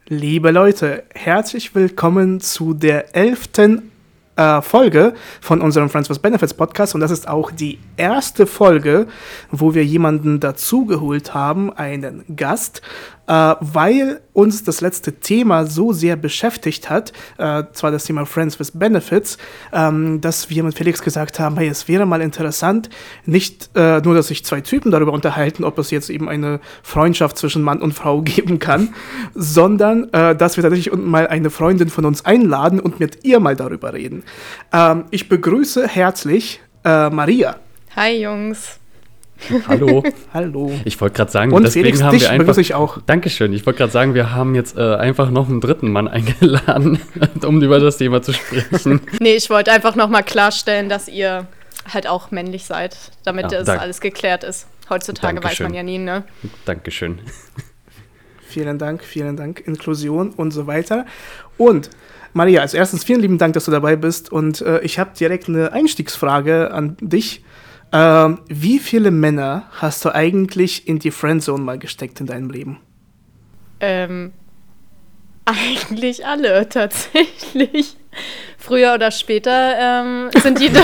Liebe Leute, herzlich willkommen zu der 11. Folge von unserem Friends with Benefits Podcast und das ist auch die erste Folge, wo wir jemanden dazugeholt haben, einen Gast, weil uns das letzte Thema so sehr beschäftigt hat, zwar das Thema Friends with Benefits, dass wir mit Felix gesagt haben, hey, es wäre mal interessant, nicht nur, dass sich zwei Typen darüber unterhalten, ob es jetzt eben eine Freundschaft zwischen Mann und Frau geben kann, sondern dass wir tatsächlich mal eine Freundin von uns einladen und mit ihr mal darüber reden. Ich begrüße herzlich Maria. Hi Jungs. Hallo. Hallo. Ich wollte gerade sagen, und deswegen Felix, haben dich wir einfach. Begrüße ich auch. Dankeschön. Ich wollte gerade sagen, wir haben jetzt einfach noch einen dritten Mann eingeladen, um über das Thema zu sprechen. Nee, ich wollte einfach nochmal klarstellen, dass ihr halt auch männlich seid, damit Ja, alles geklärt ist. Heutzutage Dankeschön. weiß man ja nie, ne? Dankeschön. Vielen Dank, Inklusion und so weiter. Und Maria, als erstes vielen lieben Dank, dass du dabei bist und ich habe direkt eine Einstiegsfrage an dich. Wie viele Männer hast du eigentlich in die Friendzone mal gesteckt in deinem Leben? Eigentlich alle, tatsächlich. Früher oder später sind die da.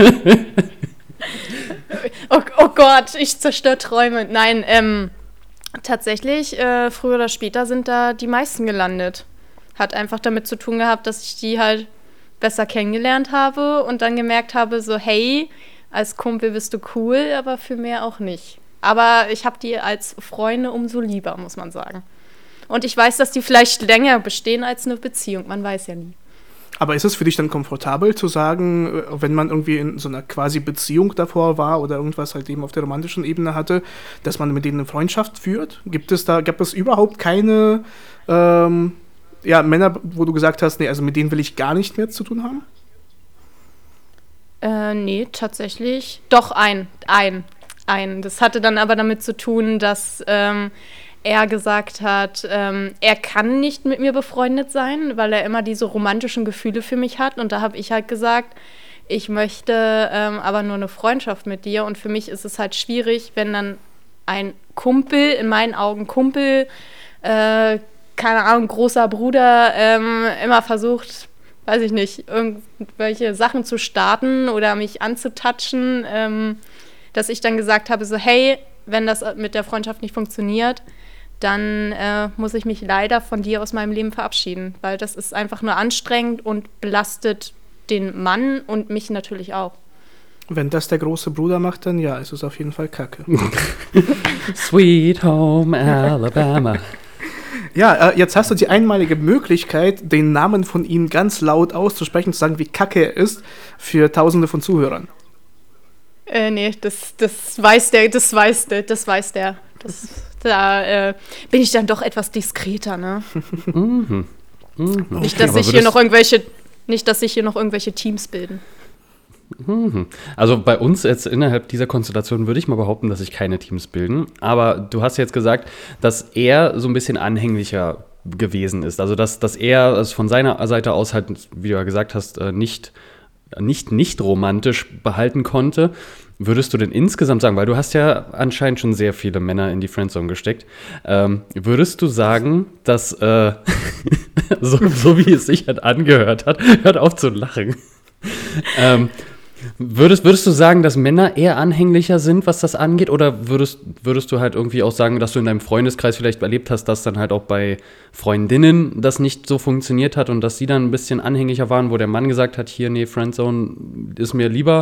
oh Gott, ich zerstöre Träume. Nein, tatsächlich, früher oder später sind da die meisten gelandet. Hat einfach damit zu tun gehabt, dass ich die halt besser kennengelernt habe und dann gemerkt habe, so hey, als Kumpel bist du cool, aber für mehr auch nicht. Aber ich habe die als Freunde umso lieber, muss man sagen. Und ich weiß, dass die vielleicht länger bestehen als eine Beziehung, man weiß ja nie. Aber ist es für dich dann komfortabel zu sagen, wenn man irgendwie in so einer quasi Beziehung davor war oder irgendwas halt eben auf der romantischen Ebene hatte, dass man mit denen eine Freundschaft führt? Gab es überhaupt keine Männer, wo du gesagt hast, nee, also mit denen will ich gar nicht mehr zu tun haben? Nee, tatsächlich. Doch, ein. Das hatte dann aber damit zu tun, dass er gesagt hat, er kann nicht mit mir befreundet sein, weil er immer diese romantischen Gefühle für mich hat. Und da habe ich halt gesagt, ich möchte aber nur eine Freundschaft mit dir. Und für mich ist es halt schwierig, wenn dann ein Kumpel, in meinen Augen Kumpel, keine Ahnung, großer Bruder, immer versucht, weiß ich nicht, irgendwelche Sachen zu starten oder mich anzutatschen, dass ich dann gesagt habe, so hey, wenn das mit der Freundschaft nicht funktioniert, dann muss ich mich leider von dir aus meinem Leben verabschieden, weil das ist einfach nur anstrengend und belastet den Mann und mich natürlich auch. Wenn das der große Bruder macht, dann ja, ist es auf jeden Fall Kacke. Sweet Home Alabama. Ja, jetzt hast du die einmalige Möglichkeit, den Namen von ihm ganz laut auszusprechen, zu sagen, wie kacke er ist, für Tausende von Zuhörern. Nee, das weiß der. Da bin ich dann doch etwas diskreter, ne? Nicht, dass sich hier noch irgendwelche Teams bilden. Also bei uns jetzt innerhalb dieser Konstellation würde ich mal behaupten, dass sich keine Teams bilden. Aber du hast jetzt gesagt, dass er so ein bisschen anhänglicher gewesen ist. Also dass er es von seiner Seite aus halt, wie du ja gesagt hast, nicht romantisch behalten konnte. Würdest du denn insgesamt sagen, weil du hast ja anscheinend schon sehr viele Männer in die Friendzone gesteckt, würdest du sagen, dass so wie es sich halt angehört hat, hört auf zu lachen, würdest du sagen, dass Männer eher anhänglicher sind, was das angeht? Oder würdest du halt irgendwie auch sagen, dass du in deinem Freundeskreis vielleicht erlebt hast, dass dann halt auch bei Freundinnen das nicht so funktioniert hat und dass sie dann ein bisschen anhänglicher waren, wo der Mann gesagt hat, hier, nee, Friendzone ist mir lieber?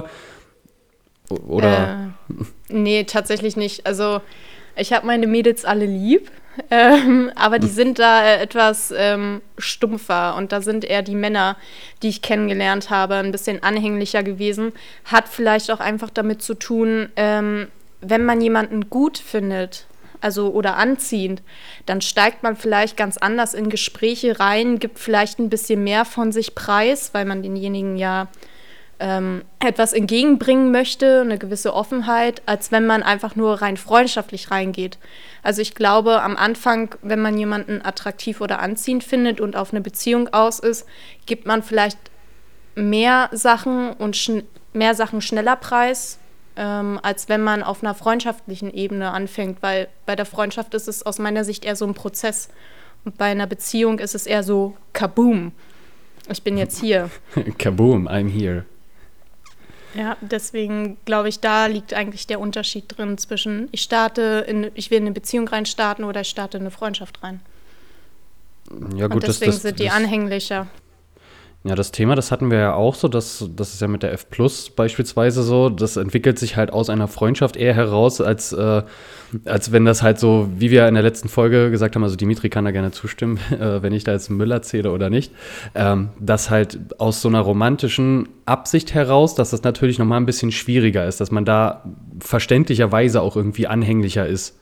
Oder? Nee, tatsächlich nicht. Also ich habe meine Mädels alle lieb, aber die sind da etwas stumpfer und da sind eher die Männer, die ich kennengelernt habe, ein bisschen anhänglicher gewesen. Hat vielleicht auch einfach damit zu tun, wenn man jemanden gut findet, also oder anziehend, dann steigt man vielleicht ganz anders in Gespräche rein, gibt vielleicht ein bisschen mehr von sich preis, weil man denjenigen ja etwas entgegenbringen möchte, eine gewisse Offenheit, als wenn man einfach nur rein freundschaftlich reingeht. Also ich glaube, am Anfang, wenn man jemanden attraktiv oder anziehend findet und auf eine Beziehung aus ist, gibt man vielleicht mehr Sachen und mehr Sachen schneller preis, als wenn man auf einer freundschaftlichen Ebene anfängt, weil bei der Freundschaft ist es aus meiner Sicht eher so ein Prozess. Und bei einer Beziehung ist es eher so kaboom. Ich bin jetzt hier. Kaboom, I'm here. Ja, deswegen glaube ich, da liegt eigentlich der Unterschied drin zwischen ich will in eine Beziehung reinstarten oder ich starte in eine Freundschaft rein. Ja, gut, und deswegen sind die anhänglicher. Ja, das Thema, das hatten wir ja auch so, das ist ja mit der F+ beispielsweise so, das entwickelt sich halt aus einer Freundschaft eher heraus, als wenn das halt so, wie wir in der letzten Folge gesagt haben, also Dimitri kann da gerne zustimmen, wenn ich da jetzt Müll erzähle oder nicht, dass halt aus so einer romantischen Absicht heraus, dass das natürlich nochmal ein bisschen schwieriger ist, dass man da verständlicherweise auch irgendwie anhänglicher ist.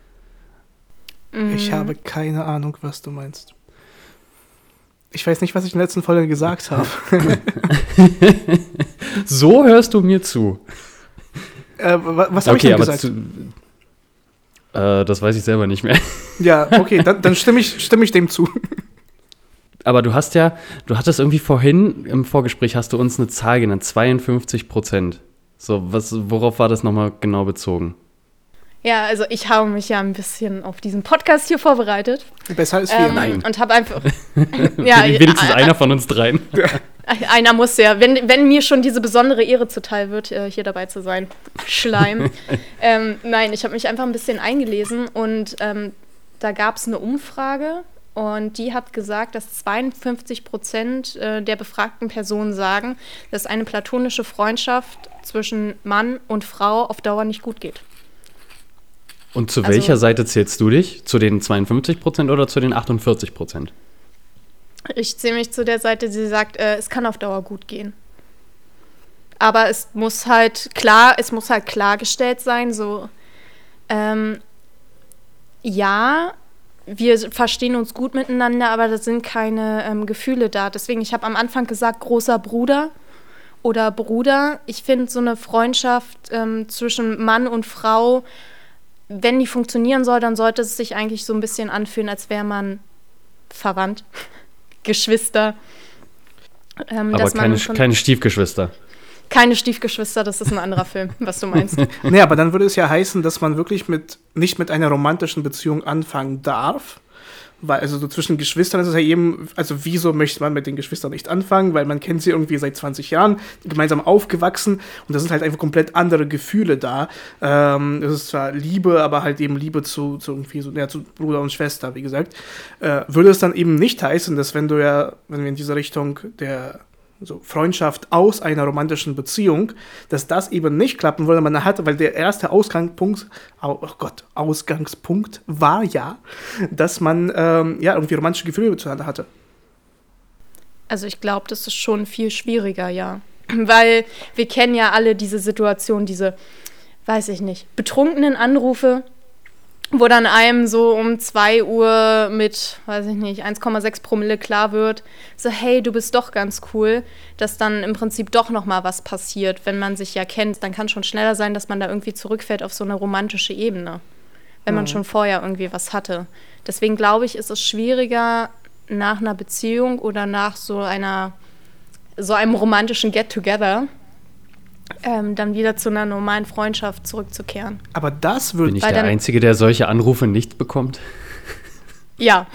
Ich habe keine Ahnung, was du meinst. Ich weiß nicht, was ich in der letzten Folge gesagt habe. So hörst du mir zu. Was habe ich denn gesagt? Das weiß ich selber nicht mehr. Ja, okay, dann stimme ich dem zu. Aber du hattest irgendwie vorhin im Vorgespräch, hast du uns eine Zahl genannt, 52%. So, worauf war das nochmal genau bezogen? Ja, also ich habe mich ja ein bisschen auf diesen Podcast hier vorbereitet. Besser als wir. Nein. Und habe einfach... ja, wenigstens einer von uns dreien. Einer muss ja, wenn mir schon diese besondere Ehre zuteil wird, hier dabei zu sein. Schleim. Nein, ich habe mich einfach ein bisschen eingelesen und da gab es eine Umfrage und die hat gesagt, dass 52% der befragten Personen sagen, dass eine platonische Freundschaft zwischen Mann und Frau auf Dauer nicht gut geht. Und zu welcher Seite zählst du dich? Zu den 52% oder zu den 48%? Ich zähle mich zu der Seite, die sagt, es kann auf Dauer gut gehen. Aber es muss halt klargestellt sein, so, ja, wir verstehen uns gut miteinander, aber da sind keine Gefühle da. Deswegen, ich habe am Anfang gesagt, großer Bruder oder Bruder. Ich finde so eine Freundschaft zwischen Mann und Frau, wenn die funktionieren soll, dann sollte es sich eigentlich so ein bisschen anfühlen, als wäre man verwandt, Geschwister. Aber keine Stiefgeschwister. Keine Stiefgeschwister, das ist ein anderer Film, was du meinst. Nee, aber dann würde es ja heißen, dass man wirklich nicht mit einer romantischen Beziehung anfangen darf. Weil, also so zwischen Geschwistern ist es ja eben, also wieso möchte man mit den Geschwistern nicht anfangen? Weil man kennt sie irgendwie seit 20 Jahren, gemeinsam aufgewachsen und da sind halt einfach komplett andere Gefühle da. Es ist zwar Liebe, aber halt eben Liebe zu irgendwie so, ja, zu Bruder und Schwester, wie gesagt. Würde es dann eben nicht heißen, dass wenn wir in diese Richtung der so Freundschaft aus einer romantischen Beziehung, dass das eben nicht klappen würde, weil der erste Ausgangspunkt war ja, dass man irgendwie romantische Gefühle zueinander hatte. Also ich glaube, das ist schon viel schwieriger, ja. Weil wir kennen ja alle diese Situation, diese, weiß ich nicht, betrunkenen Anrufe, wo dann einem so um 2 Uhr mit, weiß ich nicht, 1,6 Promille klar wird, so hey, du bist doch ganz cool, dass dann im Prinzip doch nochmal was passiert, wenn man sich ja kennt, dann kann es schon schneller sein, dass man da irgendwie zurückfällt auf so eine romantische Ebene, wenn man schon vorher irgendwie was hatte. Deswegen glaube ich, ist es schwieriger, nach einer Beziehung oder nach so einem romantischen Get-Together dann wieder zu einer normalen Freundschaft zurückzukehren. Aber das würde... Bin ich der Einzige, der solche Anrufe nicht bekommt? Ja.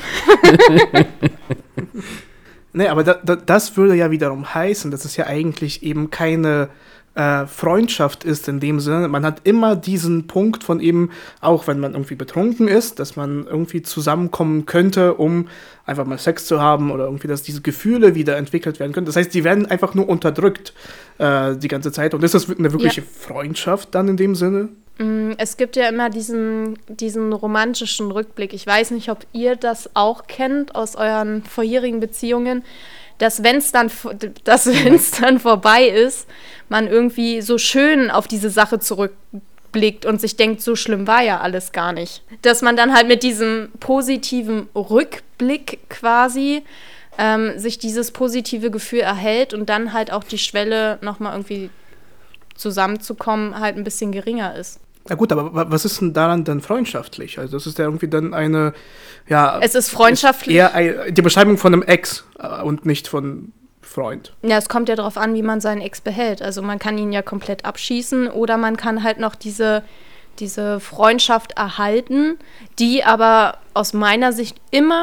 Nee, aber das würde ja wiederum heißen, dass es ja eigentlich eben keine Freundschaft ist in dem Sinne. Man hat immer diesen Punkt von eben, auch wenn man irgendwie betrunken ist, dass man irgendwie zusammenkommen könnte, um einfach mal Sex zu haben oder irgendwie, dass diese Gefühle wieder entwickelt werden können. Das heißt, die werden einfach nur unterdrückt die ganze Zeit. Und ist das eine wirkliche Freundschaft dann in dem Sinne? Es gibt ja immer diesen romantischen Rückblick. Ich weiß nicht, ob ihr das auch kennt aus euren vorherigen Beziehungen, dass wenn es dann vorbei ist, man irgendwie so schön auf diese Sache zurückblickt und sich denkt, so schlimm war ja alles gar nicht. Dass man dann halt mit diesem positiven Rückblick quasi sich dieses positive Gefühl erhält und dann halt auch die Schwelle nochmal irgendwie zusammenzukommen halt ein bisschen geringer ist. Na gut, aber was ist denn daran dann freundschaftlich? Also das ist ja irgendwie dann eine, ja... Es ist freundschaftlich. Ist eher die Beschreibung von einem Ex und nicht von Freund. Ja, es kommt ja darauf an, wie man seinen Ex behält. Also man kann ihn ja komplett abschießen oder man kann halt noch diese Freundschaft erhalten, die aber aus meiner Sicht immer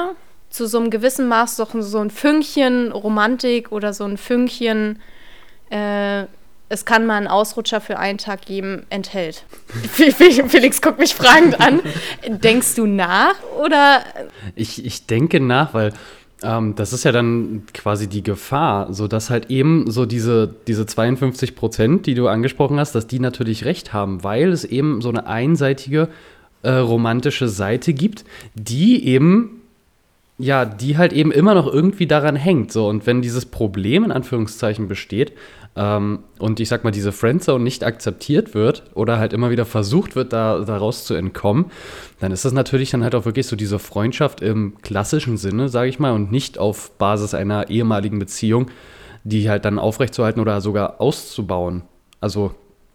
zu so einem gewissen Maß doch so ein Fünkchen Romantik oder so ein Fünkchen, es kann mal einen Ausrutscher für einen Tag geben, enthält. Felix guckt mich fragend an. Denkst du nach oder? Ich denke nach, weil das ist ja dann quasi die Gefahr, so dass halt eben so diese 52%, die du angesprochen hast, dass die natürlich recht haben, weil es eben so eine einseitige romantische Seite gibt, die halt eben immer noch irgendwie daran hängt. So. Und wenn dieses Problem in Anführungszeichen besteht und ich sag mal, diese Friendzone nicht akzeptiert wird oder halt immer wieder versucht wird, daraus zu entkommen, dann ist das natürlich dann halt auch wirklich so diese Freundschaft im klassischen Sinne, sage ich mal, und nicht auf Basis einer ehemaligen Beziehung, die halt dann aufrechtzuerhalten oder sogar auszubauen. Also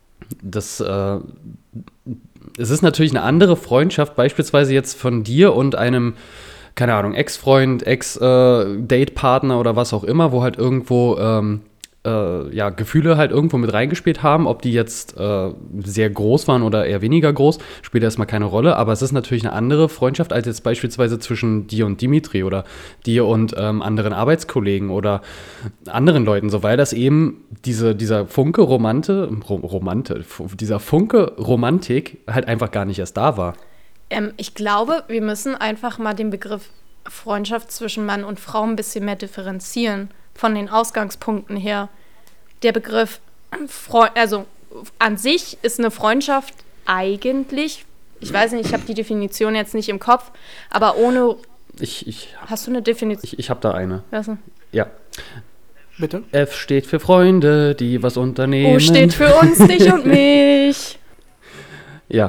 es ist natürlich eine andere Freundschaft, beispielsweise jetzt von dir und einem, keine Ahnung, Ex-Freund, Ex-Date-Partner oder was auch immer, wo halt irgendwo Gefühle halt irgendwo mit reingespielt haben, ob die jetzt sehr groß waren oder eher weniger groß, spielt erstmal keine Rolle, aber es ist natürlich eine andere Freundschaft als jetzt beispielsweise zwischen dir und Dimitri oder dir und anderen Arbeitskollegen oder anderen Leuten, so, weil das eben dieser Funke dieser Funke Romantik halt einfach gar nicht erst da war. Ich glaube, wir müssen einfach mal den Begriff Freundschaft zwischen Mann und Frau ein bisschen mehr differenzieren. Von den Ausgangspunkten her. Der Begriff also an sich ist eine Freundschaft eigentlich, ich weiß nicht, ich habe die Definition jetzt nicht im Kopf, aber ohne... Hast du eine Definition? Ich habe da eine. Was denn? Ja. Bitte? F steht für Freunde, die was unternehmen. O steht für uns, dich und mich. Ja,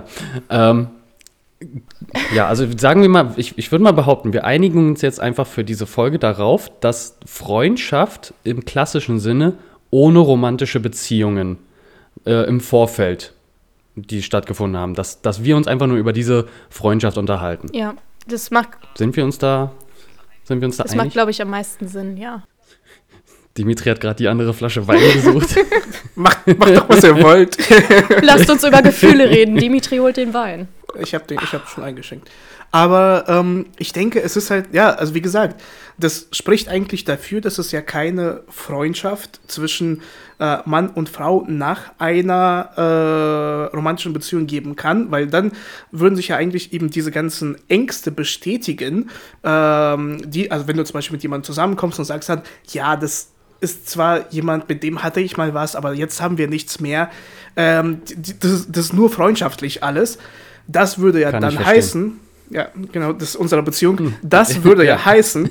ja, also sagen wir mal, ich würde mal behaupten, wir einigen uns jetzt einfach für diese Folge darauf, dass Freundschaft im klassischen Sinne ohne romantische Beziehungen im Vorfeld, die stattgefunden haben, dass wir uns einfach nur über diese Freundschaft unterhalten. Ja, das macht... Sind wir uns da einig? Das macht, glaube ich, am meisten Sinn, ja. Dimitri hat gerade die andere Flasche Wein gesucht. Macht doch, was ihr wollt. Lasst uns über Gefühle reden. Dimitri holt den Wein. Ich hab schon eingeschenkt. Aber ich denke, es ist halt, ja, also wie gesagt, das spricht eigentlich dafür, dass es ja keine Freundschaft zwischen Mann und Frau nach einer romantischen Beziehung geben kann, weil dann würden sich ja eigentlich eben diese ganzen Ängste bestätigen, also wenn du zum Beispiel mit jemandem zusammenkommst und sagst dann, ja, das ist zwar jemand, mit dem hatte ich mal was, aber jetzt haben wir nichts mehr, das ist nur freundschaftlich alles. Das würde ja dann heißen, ja, genau, das ist unsere Beziehung, das würde ja heißen,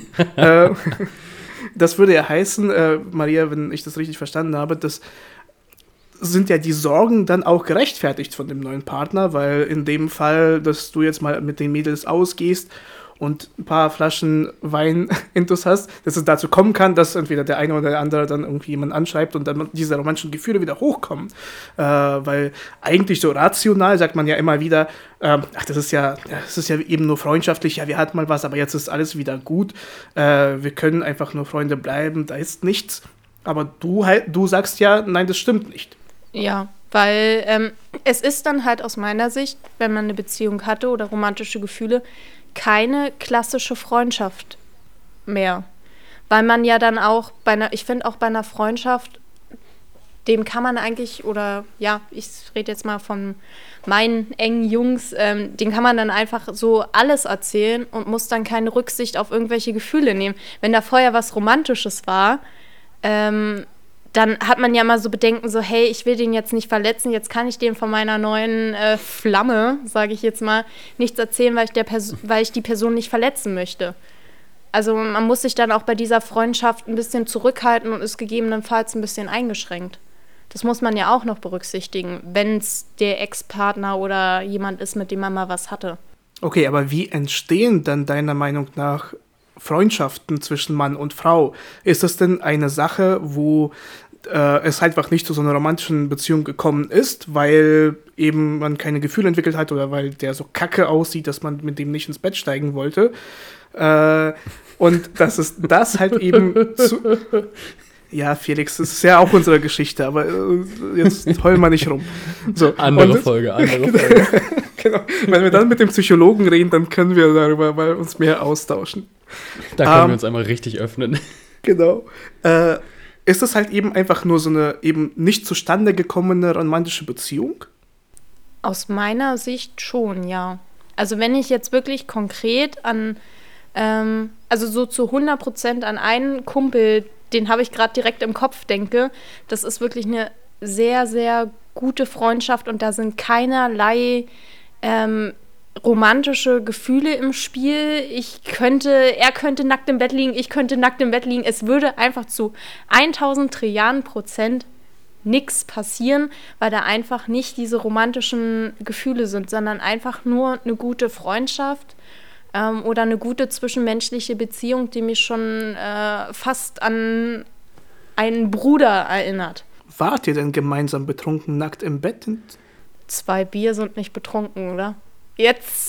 Maria, wenn ich das richtig verstanden habe, das sind ja die Sorgen dann auch gerechtfertigt von dem neuen Partner, weil in dem Fall, dass du jetzt mal mit den Mädels ausgehst und ein paar Flaschen Wein intus hast, dass es dazu kommen kann, dass entweder der eine oder der andere dann irgendwie jemanden anschreibt und dann diese romantischen Gefühle wieder hochkommen. Weil eigentlich so rational sagt man ja immer wieder, das ist ja eben nur freundschaftlich, ja, wir hatten mal was, aber jetzt ist alles wieder gut. Wir können einfach nur Freunde bleiben, da ist nichts. Aber du sagst ja, nein, das stimmt nicht. Ja, weil es ist dann halt aus meiner Sicht, wenn man eine Beziehung hatte oder romantische Gefühle, keine klassische Freundschaft mehr. Weil man ja dann auch ich finde auch bei einer Freundschaft, dem kann man eigentlich, oder ja, ich rede jetzt mal von meinen engen Jungs, denen kann man dann einfach so alles erzählen und muss dann keine Rücksicht auf irgendwelche Gefühle nehmen. Wenn da vorher was Romantisches war, dann hat man ja mal so Bedenken, so hey, ich will den jetzt nicht verletzen, jetzt kann ich dem von meiner neuen Flamme, sage ich jetzt mal, nichts erzählen, weil ich die Person nicht verletzen möchte. Also man muss sich dann auch bei dieser Freundschaft ein bisschen zurückhalten und ist gegebenenfalls ein bisschen eingeschränkt. Das muss man ja auch noch berücksichtigen, wenn es der Ex-Partner oder jemand ist, mit dem man mal was hatte. Okay, aber wie entstehen dann deiner Meinung nach Freundschaften zwischen Mann und Frau? Ist das denn eine Sache, wo es einfach nicht zu so einer romantischen Beziehung gekommen ist, weil eben man keine Gefühle entwickelt hat oder weil der so kacke aussieht, dass man mit dem nicht ins Bett steigen wollte? Und dass es das halt eben Ja, Felix, das ist ja auch unsere Geschichte, aber jetzt heulen wir nicht rum. So, Andere Folge. Genau. Wenn wir dann mit dem Psychologen reden, dann können wir darüber mal uns mehr austauschen. Da können wir uns einmal richtig öffnen. Genau. Ist das halt eben einfach nur so eine eben nicht zustande gekommene romantische Beziehung? Aus meiner Sicht schon, ja. Also wenn ich jetzt wirklich konkret an, also so zu 100% an einen Kumpel, den habe ich gerade direkt im Kopf, denke, das ist wirklich eine sehr, sehr gute Freundschaft und da sind keinerlei romantische Gefühle im Spiel. Er könnte nackt im Bett liegen, ich könnte nackt im Bett liegen. Es würde einfach zu 1000 Trilliarden % nichts passieren, weil da einfach nicht diese romantischen Gefühle sind, sondern einfach nur eine gute Freundschaft oder eine gute zwischenmenschliche Beziehung, die mich schon fast an einen Bruder erinnert. Wart ihr denn gemeinsam betrunken nackt im Bett? 2 Bier sind nicht betrunken, oder? Jetzt.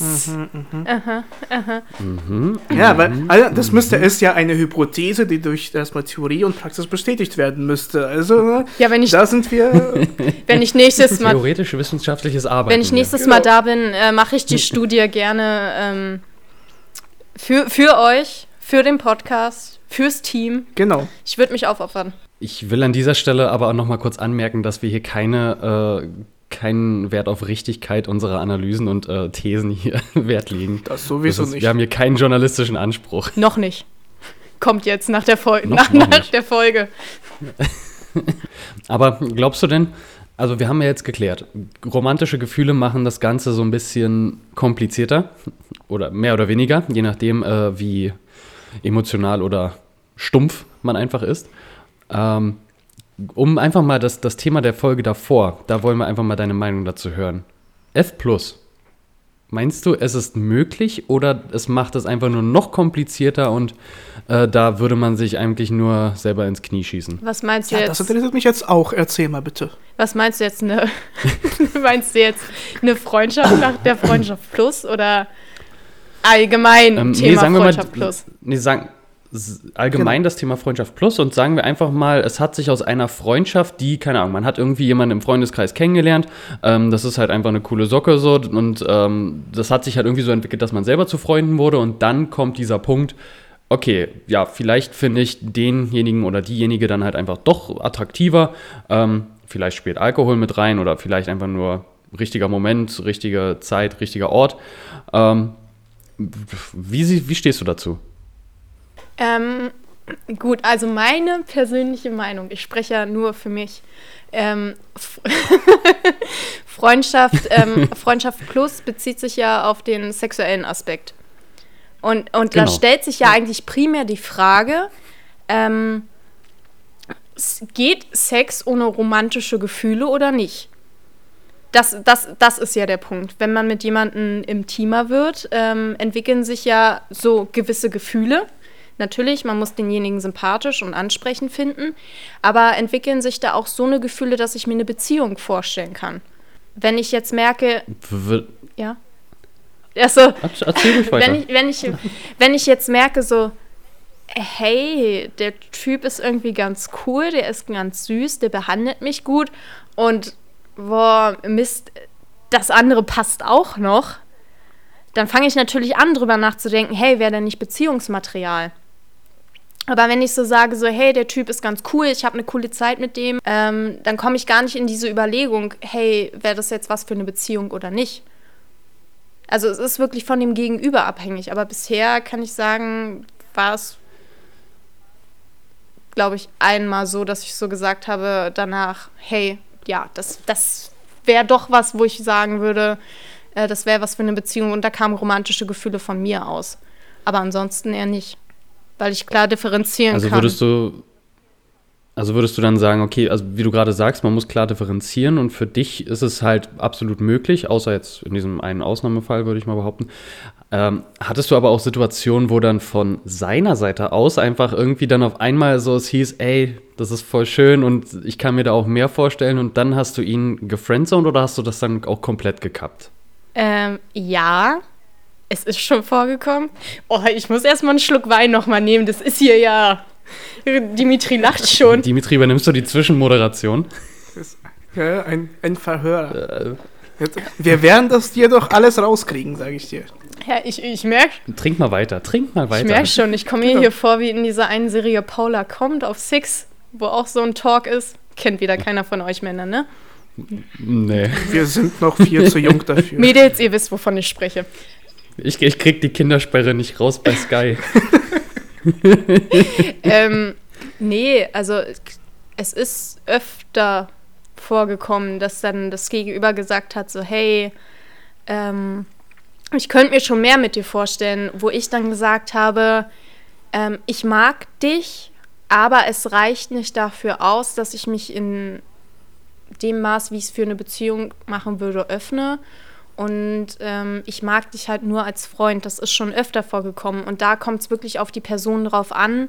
Ja, weil also das ist ja eine Hypothese, die durch erstmal Theorie und Praxis bestätigt werden müsste. Also, ja, da sind wir. Wenn ich nächstes Mal. Theoretisch wissenschaftliches Arbeiten. Wenn ich nächstes Mal da bin, mache ich die Studie gerne für euch, für den Podcast, fürs Team. Genau. Ich würde mich aufopfern. Ich will an dieser Stelle aber auch noch mal kurz anmerken, dass wir hier keinen Wert auf Richtigkeit unserer Analysen und Thesen hier Wert legen. Das sowieso nicht. Wir haben hier keinen journalistischen Anspruch. Noch nicht. Kommt jetzt nach der Folge. Noch der Folge. Aber glaubst du denn, also wir haben ja jetzt geklärt, romantische Gefühle machen das Ganze so ein bisschen komplizierter oder mehr oder weniger, je nachdem, wie emotional oder stumpf man einfach ist. Um einfach mal das Thema der Folge davor, da wollen wir einfach mal deine Meinung dazu hören. F+. Meinst du, es ist möglich oder es macht es einfach nur noch komplizierter und da würde man sich eigentlich nur selber ins Knie schießen? Was meinst du Ja, jetzt? das interessiert mich jetzt auch. Erzähl mal bitte. Was meinst du jetzt? Meinst du jetzt eine Freundschaft nach der Freundschaft Plus oder allgemein Thema sagen wir Freundschaft mal, Plus? Allgemein das Thema Freundschaft Plus und sagen wir einfach mal, es hat sich aus einer Freundschaft, die, keine Ahnung, man hat irgendwie jemanden im Freundeskreis kennengelernt, das ist halt einfach eine coole Socke so und das hat sich halt irgendwie so entwickelt, dass man selber zu Freunden wurde und dann kommt dieser Punkt, okay, ja, vielleicht finde ich denjenigen oder diejenige dann halt einfach doch attraktiver, vielleicht spielt Alkohol mit rein oder vielleicht einfach nur richtiger Moment, richtige Zeit, richtiger Ort. Wie stehst du dazu? Gut, also meine persönliche Meinung, ich spreche ja nur für mich, Freundschaft Plus bezieht sich ja auf den sexuellen Aspekt. Und genau. Da stellt sich ja eigentlich primär die Frage, geht Sex ohne romantische Gefühle oder nicht? Das ist ja der Punkt. Wenn man mit jemandem intimer wird, entwickeln sich ja so gewisse Gefühle. Natürlich, man muss denjenigen sympathisch und ansprechend finden, aber entwickeln sich da auch so eine Gefühle, dass ich mir eine Beziehung vorstellen kann. Wenn ich jetzt merke... Ja? Also, erzähl ruhig weiter. Wenn ich jetzt merke so, hey, der Typ ist irgendwie ganz cool, der ist ganz süß, der behandelt mich gut und boah, Mist, das andere passt auch noch, dann fange ich natürlich an, drüber nachzudenken, hey, wäre denn nicht Beziehungsmaterial? Aber wenn ich so sage, so, hey, der Typ ist ganz cool, ich habe eine coole Zeit mit dem, dann komme ich gar nicht in diese Überlegung, hey, wäre das jetzt was für eine Beziehung oder nicht? Also es ist wirklich von dem Gegenüber abhängig, aber bisher kann ich sagen, war es, glaube ich, einmal so, dass ich so gesagt habe danach, hey, ja, das wäre doch was, wo ich sagen würde, das wäre was für eine Beziehung und da kamen romantische Gefühle von mir aus. Aber ansonsten eher nicht, weil ich klar differenzieren kann. Würdest du dann sagen, okay, also wie du gerade sagst, man muss klar differenzieren und für dich ist es halt absolut möglich, außer jetzt in diesem einen Ausnahmefall, würde ich mal behaupten. Hattest du aber auch Situationen, wo dann von seiner Seite aus einfach irgendwie dann auf einmal so es hieß, ey, das ist voll schön und ich kann mir da auch mehr vorstellen und dann hast du ihn gefriendzoned oder hast du das dann auch komplett gekappt? Ja, es ist schon vorgekommen. Oh, ich muss erstmal einen Schluck Wein nochmal nehmen, das ist hier ja Dimitri lacht schon. Dimitri, übernimmst du die Zwischenmoderation? Ja, ein Verhör. Wir werden das dir doch alles rauskriegen, sage ich dir. Ja, ich merke. Trink mal weiter. Ich merke schon, ich komme mir hier vor wie in dieser einen Serie Paula kommt auf Six, wo auch so ein Talk ist. Kennt wieder keiner von euch Männer, ne? Nee. Wir sind noch viel zu jung dafür. Mädels, ihr wisst, wovon ich spreche. Ich krieg die Kindersperre nicht raus bei Sky. Nee, also es ist öfter vorgekommen, dass dann das Gegenüber gesagt hat, so hey, ich könnte mir schon mehr mit dir vorstellen, wo ich dann gesagt habe, ich mag dich, aber es reicht nicht dafür aus, dass ich mich in dem Maß, wie ich es für eine Beziehung machen würde, öffne. Und ich mag dich halt nur als Freund. Das ist schon öfter vorgekommen. Und da kommt es wirklich auf die Person drauf an.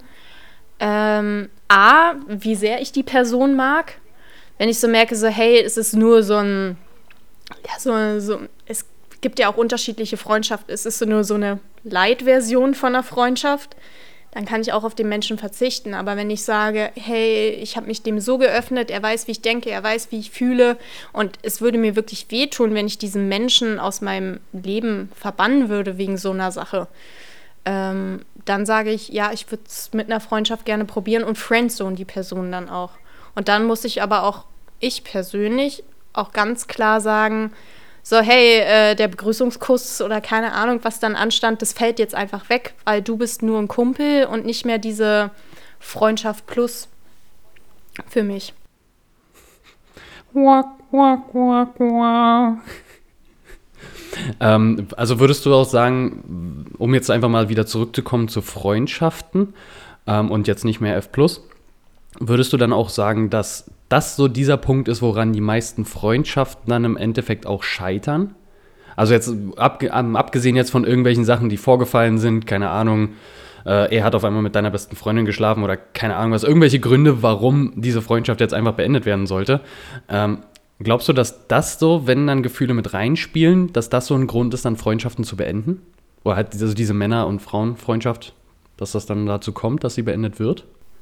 Wie sehr ich die Person mag. Wenn ich so merke, so hey, es ist nur so ein, ja, es gibt ja auch unterschiedliche Freundschaften. Es ist nur so eine Light-Version von einer Freundschaft. Dann kann ich auch auf den Menschen verzichten. Aber wenn ich sage, hey, ich habe mich dem so geöffnet, er weiß, wie ich denke, er weiß, wie ich fühle und es würde mir wirklich wehtun, wenn ich diesen Menschen aus meinem Leben verbannen würde wegen so einer Sache, dann sage ich, ja, ich würde es mit einer Freundschaft gerne probieren und friendzone die Person dann auch. Und dann muss ich aber auch, ich persönlich, auch ganz klar sagen, so, hey, der Begrüßungskuss oder keine Ahnung, was dann anstand, das fällt jetzt einfach weg, weil du bist nur ein Kumpel und nicht mehr diese Freundschaft plus für mich. Also würdest du auch sagen, um jetzt einfach mal wieder zurückzukommen zu Freundschaften und jetzt nicht mehr F+, würdest du dann auch sagen, dass das so dieser Punkt ist, woran die meisten Freundschaften dann im Endeffekt auch scheitern? Also jetzt abgesehen jetzt von irgendwelchen Sachen, die vorgefallen sind, keine Ahnung, er hat auf einmal mit deiner besten Freundin geschlafen oder keine Ahnung was, irgendwelche Gründe, warum diese Freundschaft jetzt einfach beendet werden sollte. Glaubst du, dass das so, wenn dann Gefühle mit reinspielen, dass das so ein Grund ist, dann Freundschaften zu beenden? Oder halt diese Männer- und Frauenfreundschaft, dass das dann dazu kommt, dass sie beendet wird?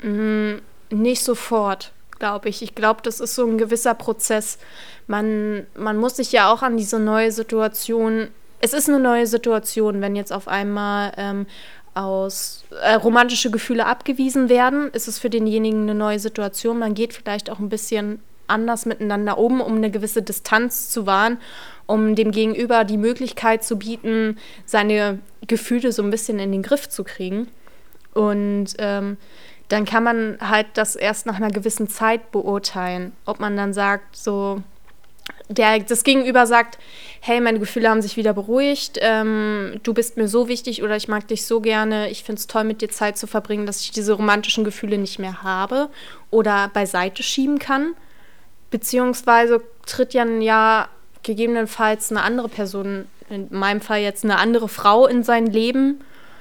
Nicht sofort, glaube ich. Ich glaube, das ist so ein gewisser Prozess. Man muss sich ja auch an diese neue Situation, es ist eine neue Situation, wenn jetzt auf einmal romantische Gefühle abgewiesen werden, ist es für denjenigen eine neue Situation. Man geht vielleicht auch ein bisschen anders miteinander um eine gewisse Distanz zu wahren, um dem Gegenüber die Möglichkeit zu bieten, seine Gefühle so ein bisschen in den Griff zu kriegen. Und dann kann man halt das erst nach einer gewissen Zeit beurteilen, ob man dann sagt, so, das Gegenüber sagt, hey, meine Gefühle haben sich wieder beruhigt, du bist mir so wichtig oder ich mag dich so gerne, ich finde es toll, mit dir Zeit zu verbringen, dass ich diese romantischen Gefühle nicht mehr habe oder beiseite schieben kann, beziehungsweise tritt ja gegebenenfalls eine andere Person, in meinem Fall jetzt eine andere Frau in sein Leben,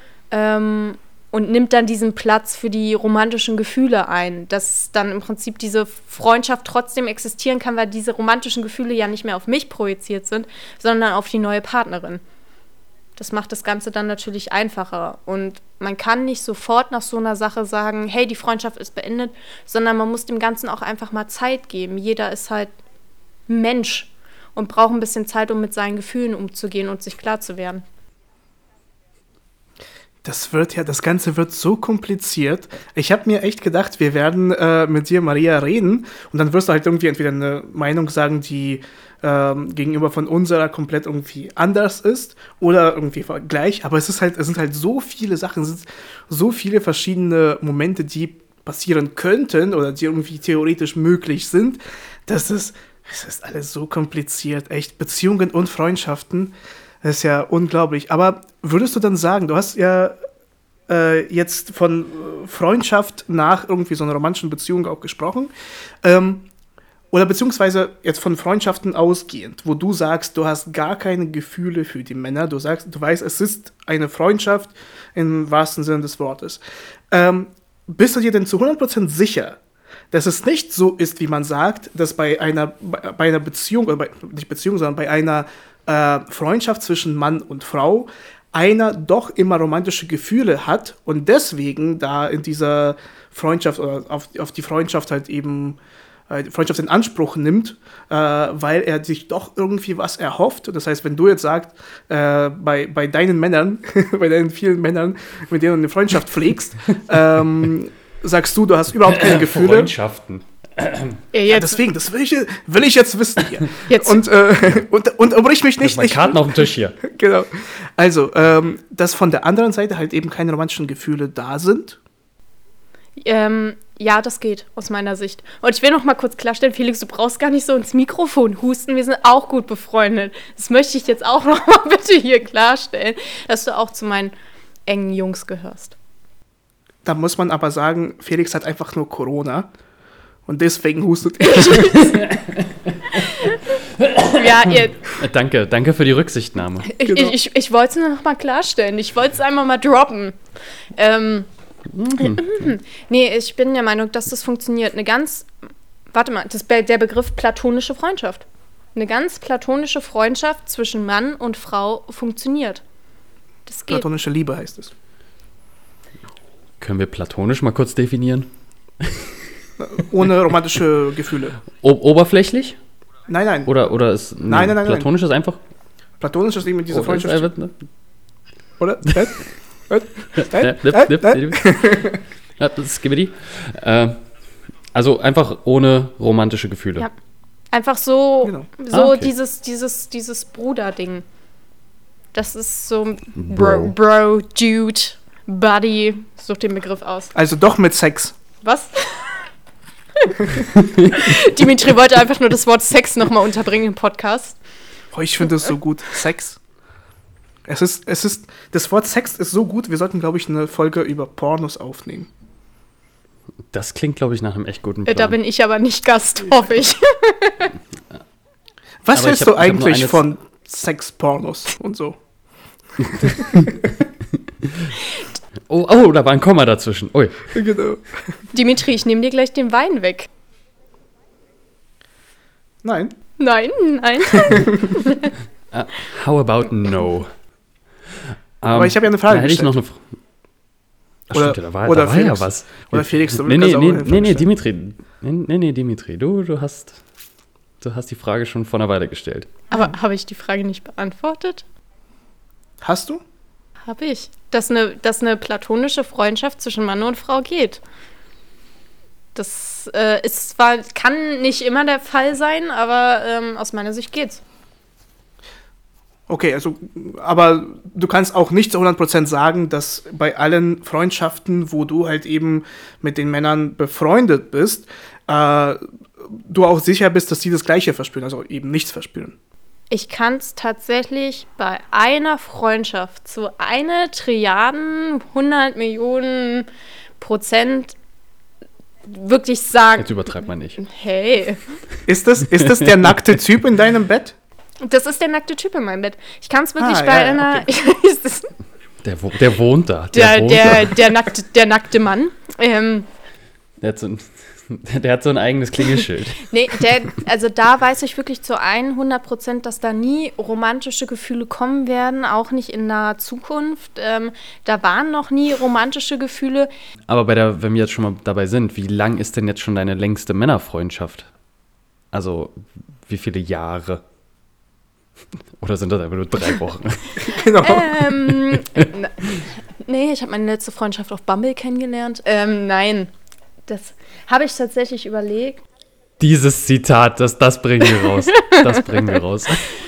und nimmt dann diesen Platz für die romantischen Gefühle ein, dass dann im Prinzip diese Freundschaft trotzdem existieren kann, weil diese romantischen Gefühle ja nicht mehr auf mich projiziert sind, sondern auf die neue Partnerin. Das macht das Ganze dann natürlich einfacher. Und man kann nicht sofort nach so einer Sache sagen, hey, die Freundschaft ist beendet, sondern man muss dem Ganzen auch einfach mal Zeit geben. Jeder ist halt Mensch und braucht ein bisschen Zeit, um mit seinen Gefühlen umzugehen und sich klar zu werden. Das Ganze wird so kompliziert. Ich habe mir echt gedacht, wir werden mit dir, Maria, reden und dann wirst du halt irgendwie entweder eine Meinung sagen, die gegenüber von unserer komplett irgendwie anders ist oder irgendwie gleich. Aber es sind halt so viele Sachen, es sind so viele verschiedene Momente, die passieren könnten oder die irgendwie theoretisch möglich sind. Es ist alles so kompliziert, echt. Beziehungen und Freundschaften. Das ist ja unglaublich. Aber würdest du dann sagen, du hast ja jetzt von Freundschaft nach irgendwie so einer romantischen Beziehung auch gesprochen, oder beziehungsweise jetzt von Freundschaften ausgehend, wo du sagst, du hast gar keine Gefühle für die Männer, du weißt, es ist eine Freundschaft im wahrsten Sinne des Wortes. Bist du dir denn zu 100% sicher, dass es nicht so ist, wie man sagt, dass bei einer Beziehung, oder nicht Beziehung, sondern bei einer Freundschaft zwischen Mann und Frau einer doch immer romantische Gefühle hat und deswegen da in dieser Freundschaft oder auf die Freundschaft halt eben Freundschaft in Anspruch nimmt, weil er sich doch irgendwie was erhofft. Das heißt, wenn du jetzt sagst, bei deinen Männern, bei deinen vielen Männern, mit denen du eine Freundschaft pflegst, sagst du hast überhaupt keine Gefühle. Freundschaften. Ja, deswegen, das will ich jetzt wissen hier. Jetzt. Und unterbrich mich nicht. Meine Karten auf dem Tisch hier. Genau. Also, dass von der anderen Seite halt eben keine romantischen Gefühle da sind. Ja, das geht, aus meiner Sicht. Und ich will noch mal kurz klarstellen, Felix, du brauchst gar nicht so ins Mikrofon husten. Wir sind auch gut befreundet. Das möchte ich jetzt auch noch mal bitte hier klarstellen, dass du auch zu meinen engen Jungs gehörst. Da muss man aber sagen, Felix hat einfach nur Corona. Und deswegen hustet er. Ja, Danke für die Rücksichtnahme. Genau. ich wollte es nur noch mal klarstellen. Ich wollte es einmal mal droppen. Nee, ich bin der Meinung, dass das funktioniert. Der Begriff platonische Freundschaft. Eine ganz platonische Freundschaft zwischen Mann und Frau funktioniert. Das geht. Platonische Liebe heißt es. Können wir platonisch mal kurz definieren? Ohne romantische Gefühle. Oberflächlich? Nein. Oder ist Nein. platonisch ist einfach. Platonisch ist eben mit dieser Freundschaft. Oder? Skibidi. Also einfach ohne romantische Gefühle. Ja. Einfach so, Genau. so Okay. dieses Bruder-Ding. Das ist so Bro. Bro, Dude, Buddy. Such den Begriff aus. Also doch mit Sex. Was? Dimitri wollte einfach nur das Wort Sex nochmal unterbringen im Podcast. Oh, ich finde das so gut. Sex. Das Wort Sex ist so gut, wir sollten, glaube ich, eine Folge über Pornos aufnehmen. Das klingt, glaube ich, nach einem echt guten Plan. Da bin ich aber nicht Gast, hoffe ich. Was Aber hältst ich du hab nur eigentlich eine- von Sex-Pornos und so? Oh, da war ein Komma dazwischen. Ui. Genau. Dimitri, ich nehme dir gleich den Wein weg. Nein. Nein. How about no? Aber ich habe ja eine Frage Da hätte ich noch eine gestellt. Ach, Oder- stimmt, da war oder ja Felix. was. Oder Felix, du Nee, kannst auch eine Frage stellen. Dimitri. Nee, Dimitri, du hast die Frage schon vor einer Weile gestellt. Aber habe ich die Frage nicht beantwortet? Hast du? Habe ich. Dass eine platonische Freundschaft zwischen Mann und Frau geht. Das kann nicht immer der Fall sein, aber aus meiner Sicht geht's. Okay, also, aber du kannst auch nicht zu 100% sagen, dass bei allen Freundschaften, wo du halt eben mit den Männern befreundet bist, du auch sicher bist, dass die das Gleiche verspüren, also eben nichts verspüren. Ich kann es tatsächlich bei einer Freundschaft zu 100 Millionen % wirklich sagen. Jetzt übertreibt man nicht. Hey, Ist das der nackte Typ in deinem Bett? das ist der nackte Typ in meinem Bett. Ich kann es wirklich Ah, bei ja, einer. okay. Es ist Der wohnt da. wohnt da. der nackte Mann. Der hat so ein eigenes Klingelschild. Nee, da weiß ich wirklich zu 100%, dass da nie romantische Gefühle kommen werden, auch nicht in naher Zukunft. Da waren noch nie romantische Gefühle. Aber wenn wir jetzt schon mal dabei sind, wie lang ist denn jetzt schon deine längste Männerfreundschaft? Also, wie viele Jahre? Oder sind das einfach nur 3 Wochen? Genau. Nee, ich habe meine letzte Freundschaft auf Bumble kennengelernt. Nein, das habe ich tatsächlich überlegt. Dieses Zitat, das bringen wir raus. Das bringen wir raus.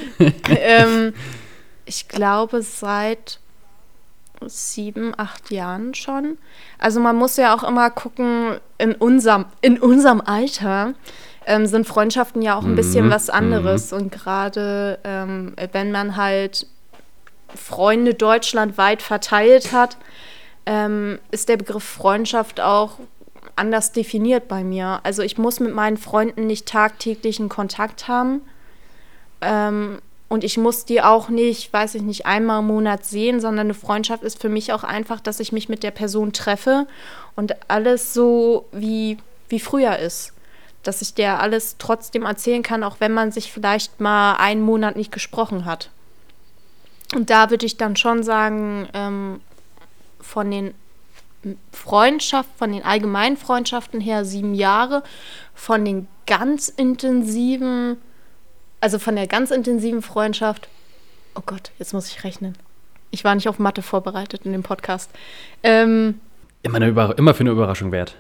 Ich glaube, seit 7, 8 Jahren schon. Also man muss ja auch immer gucken, in unserem Alter sind Freundschaften ja auch ein bisschen was anderes. Und gerade wenn man halt Freunde deutschlandweit verteilt hat, ist der Begriff Freundschaft auch anders definiert bei mir. Also ich muss mit meinen Freunden nicht tagtäglichen Kontakt haben. Und ich muss die auch nicht, weiß ich nicht, einmal im Monat sehen, sondern eine Freundschaft ist für mich auch einfach, dass ich mich mit der Person treffe und alles so wie früher ist. Dass ich der alles trotzdem erzählen kann, auch wenn man sich vielleicht mal einen Monat nicht gesprochen hat. Und da würde ich dann schon sagen, von den allgemeinen Freundschaften her 7 Jahre, von der ganz intensiven Freundschaft, oh Gott, jetzt muss ich rechnen. Ich war nicht auf Mathe vorbereitet in dem Podcast. Immer für eine Überraschung wert.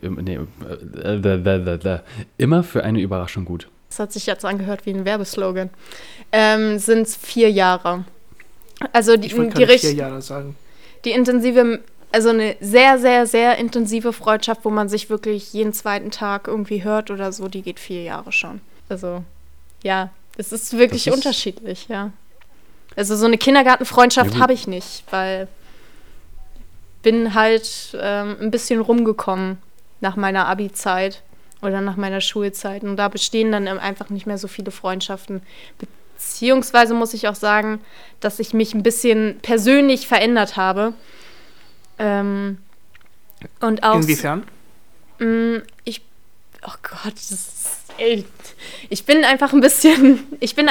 Immer für eine Überraschung gut. Das hat sich jetzt angehört wie ein Werbeslogan. Sind es 4 Jahre. Also Ich wollte gerade 4 Jahre sagen. Die intensive, also eine sehr, sehr, sehr intensive Freundschaft, wo man sich wirklich jeden zweiten Tag irgendwie hört oder so, die geht 4 Jahre schon. Also, ja, es ist wirklich unterschiedlich, ja. Also so eine Kindergartenfreundschaft habe ich nicht, weil bin halt ein bisschen rumgekommen nach meiner Abi-Zeit oder nach meiner Schulzeit. Und da bestehen dann einfach nicht mehr so viele Freundschaften. Beziehungsweise muss ich auch sagen, dass ich mich ein bisschen persönlich verändert habe. Und auch Inwiefern? Oh Gott, ich bin einfach ein bisschen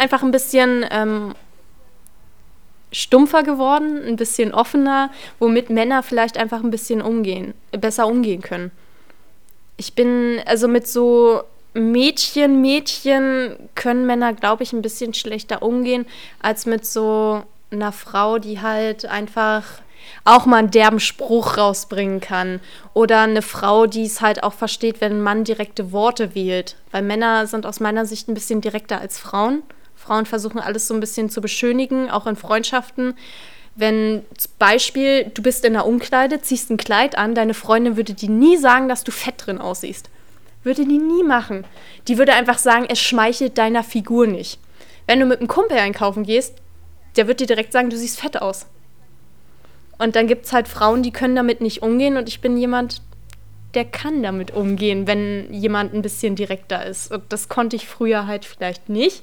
stumpfer geworden, ein bisschen offener, womit Männer vielleicht einfach ein bisschen besser umgehen können. Ich bin, also mit so Mädchen können Männer, glaube ich, ein bisschen schlechter umgehen, als mit so einer Frau, die halt einfach auch mal einen derben Spruch rausbringen kann. Oder eine Frau, die es halt auch versteht, wenn ein Mann direkte Worte wählt. Weil Männer sind aus meiner Sicht ein bisschen direkter als Frauen. Frauen versuchen alles so ein bisschen zu beschönigen, auch in Freundschaften. Wenn zum Beispiel, du bist in der Umkleide, ziehst ein Kleid an, deine Freundin würde dir nie sagen, dass du fett drin aussiehst. Würde die nie machen. Die würde einfach sagen, es schmeichelt deiner Figur nicht. Wenn du mit einem Kumpel einkaufen gehst, der wird dir direkt sagen, du siehst fett aus. Und dann gibt es halt Frauen, die können damit nicht umgehen und ich bin jemand, der kann damit umgehen, wenn jemand ein bisschen direkter ist. Und das konnte ich früher halt vielleicht nicht.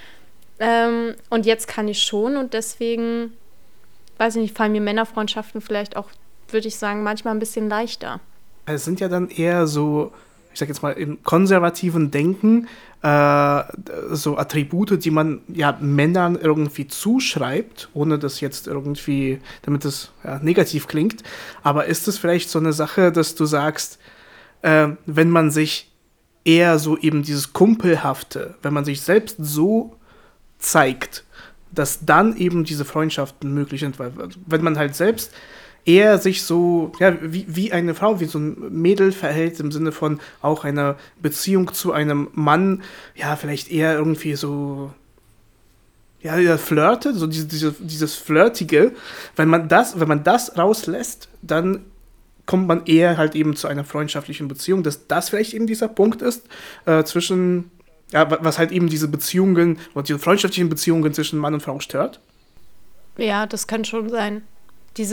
Und jetzt kann ich schon und deswegen, weiß ich nicht, fallen mir Männerfreundschaften vielleicht auch, würde ich sagen, manchmal ein bisschen leichter. Es sind ja dann eher so, ich sag jetzt mal, im konservativen Denken so Attribute, die man ja Männern irgendwie zuschreibt, ohne das jetzt irgendwie, damit es negativ klingt. Aber ist es vielleicht so eine Sache, dass du sagst, wenn man sich eher so eben dieses Kumpelhafte, wenn man sich selbst so zeigt, dass dann eben diese Freundschaften möglich sind, weil wenn man halt selbst eher sich so, ja, wie eine Frau, wie so ein Mädel verhält, im Sinne von auch einer Beziehung zu einem Mann, ja, vielleicht eher irgendwie so, ja, flirtet, so dieses Flirtige, wenn man das rauslässt, dann kommt man eher halt eben zu einer freundschaftlichen Beziehung, dass das vielleicht eben dieser Punkt ist, zwischen, ja, was halt eben diese Beziehungen oder diese freundschaftlichen Beziehungen zwischen Mann und Frau stört. Ja, das kann schon sein. Ich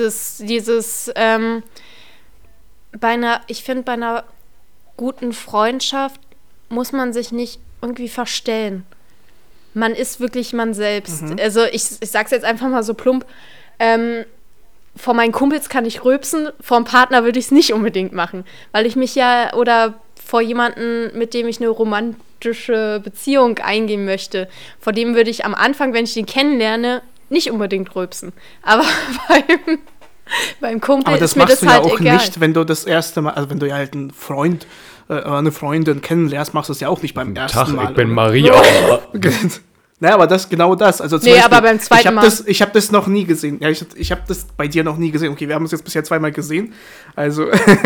finde, bei einer guten Freundschaft muss man sich nicht irgendwie verstellen. Man ist wirklich man selbst. Mhm. Also ich sag's jetzt einfach mal so plump, vor meinen Kumpels kann ich rülpsen, vor einem Partner würde ich es nicht unbedingt machen, weil ich mich ja, oder vor jemandem, mit dem ich eine romantische Beziehung eingehen möchte, vor dem würde ich am Anfang, wenn ich den kennenlerne, nicht unbedingt rülpsen. Aber beim Kumpel ist mir das halt egal. Aber das machst du ja auch nicht, wenn du das erste Mal, also wenn du ja halt einen Freund oder eine Freundin kennenlernst, machst du das ja auch nicht beim ersten Mal. Ich bin Maria. Naja, aber genau das. Also zum Beispiel, aber beim zweiten Mal. Ich habe das noch nie gesehen. Ja, ich habe das bei dir noch nie gesehen. Okay, wir haben es jetzt bisher 2-mal gesehen. Also,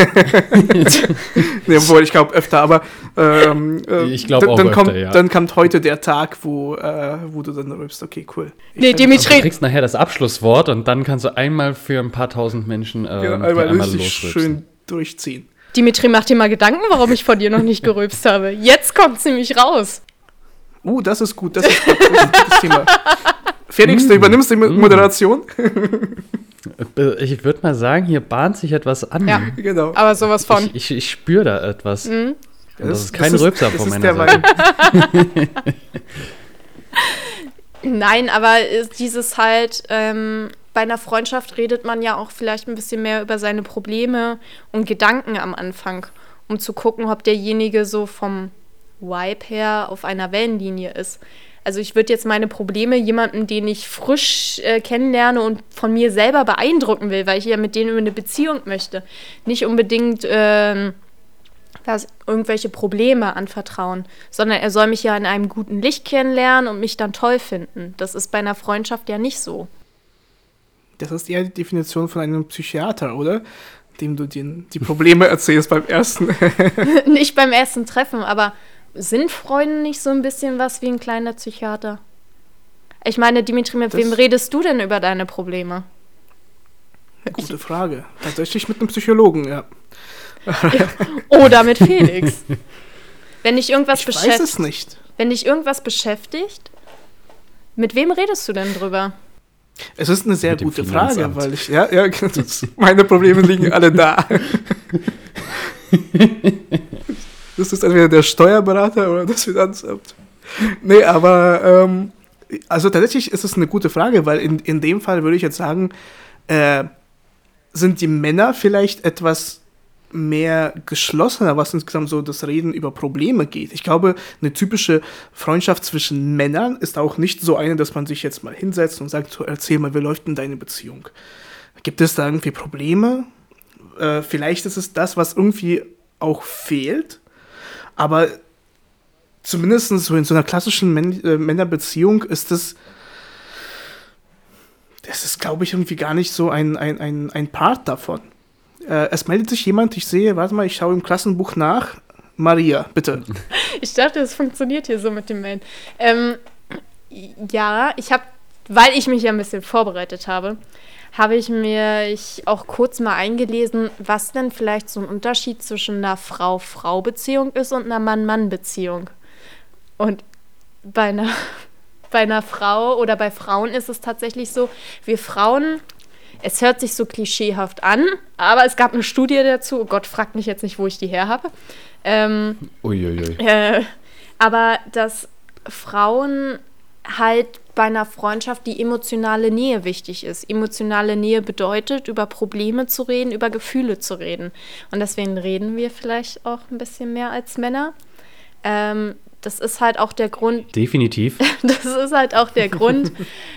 nee, obwohl, ich glaube öfter, aber ich glaube auch öfter, ja. Dann kommt heute der Tag, wo du dann rülpst. Okay, cool. Dimitri. Du kriegst nachher das Abschlusswort und dann kannst du einmal für ein paar tausend Menschen einmal losrülpsen. Schön durchziehen. Dimitri, mach dir mal Gedanken, warum ich vor dir noch nicht gerülpst habe. Jetzt kommt's nämlich raus. Das ist gut, das ist ein gutes Thema. Felix, du übernimmst die Moderation. Ich würde mal sagen, hier bahnt sich etwas an. Ja, genau. Aber sowas von. Ich spüre da etwas. Mhm. Das ist kein Rülpser von meiner Seite. Nein, aber dieses halt, bei einer Freundschaft redet man ja auch vielleicht ein bisschen mehr über seine Probleme und Gedanken am Anfang, um zu gucken, ob derjenige so vom Vibe her auf einer Wellenlinie ist. Also ich würde jetzt meine Probleme jemandem, den ich frisch kennenlerne und von mir selber beeindrucken will, weil ich ja mit denen über eine Beziehung möchte, nicht unbedingt irgendwelche Probleme anvertrauen, sondern er soll mich ja in einem guten Licht kennenlernen und mich dann toll finden. Das ist bei einer Freundschaft ja nicht so. Das ist eher die Definition von einem Psychiater, oder? Dem du die Probleme erzählst beim ersten. Nicht beim ersten Treffen, aber sind Freunde nicht so ein bisschen was wie ein kleiner Psychiater? Ich meine, Dimitri, mit wem redest du denn über deine Probleme? Gute Frage. Tatsächlich mit einem Psychologen, ja. Oder mit Felix. Wenn dich irgendwas Ich weiß es nicht. Wenn dich irgendwas beschäftigt, mit wem redest du denn drüber? Es ist eine sehr Mit dem gute Frage, Finanzamt. weil meine Probleme liegen alle da. Das ist entweder der Steuerberater oder das Finanzamt. Nee, aber also tatsächlich ist es eine gute Frage, weil in dem Fall würde ich jetzt sagen, sind die Männer vielleicht etwas mehr geschlossener, was insgesamt so das Reden über Probleme geht. Ich glaube, eine typische Freundschaft zwischen Männern ist auch nicht so eine, dass man sich jetzt mal hinsetzt und sagt, so, erzähl mal, wie läuft denn deine Beziehung? Gibt es da irgendwie Probleme? Vielleicht ist es das, was irgendwie auch fehlt, aber zumindest so in so einer klassischen Männerbeziehung ist das ist, glaube ich, irgendwie gar nicht so ein Part davon. Es meldet sich jemand, ich sehe, warte mal, ich schaue im Klassenbuch nach. Maria, bitte. Ich dachte, es funktioniert hier so mit dem Mail. Ja, weil ich mich ja ein bisschen vorbereitet habe, habe ich auch kurz mal eingelesen, was denn vielleicht so ein Unterschied zwischen einer Frau-Frau-Beziehung ist und einer Mann-Mann-Beziehung. Und bei einer Frau oder bei Frauen ist es tatsächlich so, wir Frauen, es hört sich so klischeehaft an, aber es gab eine Studie dazu, oh Gott, fragt mich jetzt nicht, wo ich die her habe. Uiuiui. Aber dass Frauen halt bei einer Freundschaft die emotionale Nähe wichtig ist. Emotionale Nähe bedeutet, über Probleme zu reden, über Gefühle zu reden. Und deswegen reden wir vielleicht auch ein bisschen mehr als Männer. Das ist halt auch der Grund. Definitiv. Das ist halt auch der Grund,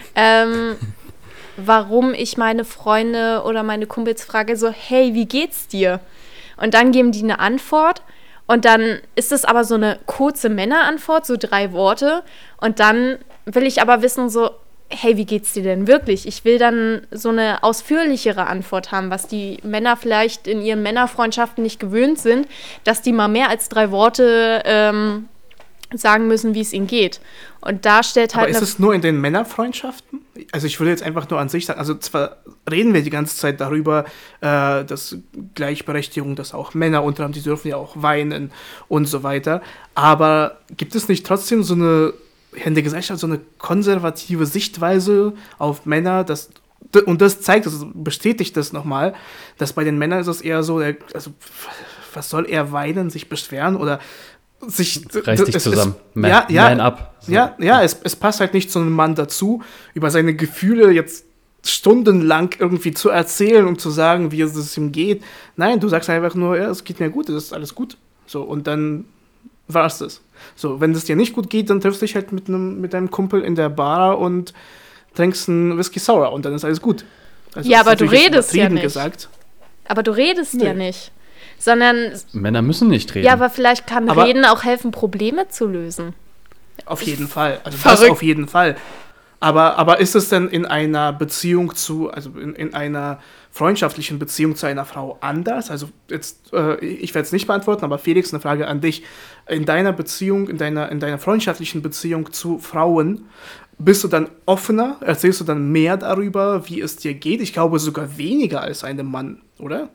warum ich meine Freunde oder meine Kumpels frage, so, hey, wie geht's dir? Und dann geben die eine Antwort und dann ist es aber so eine kurze Männerantwort, so 3 Worte und dann will ich aber wissen, so, hey, wie geht's dir denn wirklich? Ich will dann so eine ausführlichere Antwort haben, was die Männer vielleicht in ihren Männerfreundschaften nicht gewöhnt sind, dass die mal mehr als 3 Worte sagen müssen, wie es ihnen geht. Und da stellt halt. Aber ist es nur in den Männerfreundschaften? Also ich würde jetzt einfach nur an sich sagen, also zwar reden wir die ganze Zeit darüber, dass Gleichberechtigung, dass auch Männer unterhaben, die dürfen ja auch weinen und so weiter, aber gibt es nicht trotzdem so eine, in der Gesellschaft so eine konservative Sichtweise auf Männer, und das zeigt, das bestätigt das nochmal, dass bei den Männern ist es eher so, also was soll er weinen, sich beschweren oder Reiß dich zusammen. Man up. So. Ja, es passt halt nicht zu einem Mann dazu, über seine Gefühle jetzt stundenlang irgendwie zu erzählen und zu sagen, wie es ihm geht. Nein, du sagst einfach nur, ja, es geht mir gut, es ist alles gut. So, und dann war es das. So, wenn es dir nicht gut geht, dann triffst du dich halt mit deinem Kumpel in der Bar und trinkst einen Whisky Sour und dann ist alles gut. Also, ja, aber du redest ja nicht. Gesagt. Aber du redest ja nicht. Sondern Männer müssen nicht reden. Ja, aber vielleicht kann Reden auch helfen, Probleme zu lösen. Auf jeden Fall. Also Verrückt. Das auf jeden Fall. Aber ist es denn in einer Beziehung also in einer freundschaftlichen Beziehung zu einer Frau anders? Also jetzt, ich werde es nicht beantworten, aber Felix, eine Frage an dich. In deiner Beziehung, in deiner freundschaftlichen Beziehung zu Frauen, bist du dann offener? Erzählst du dann mehr darüber, wie es dir geht? Ich glaube sogar weniger als einem Mann, oder?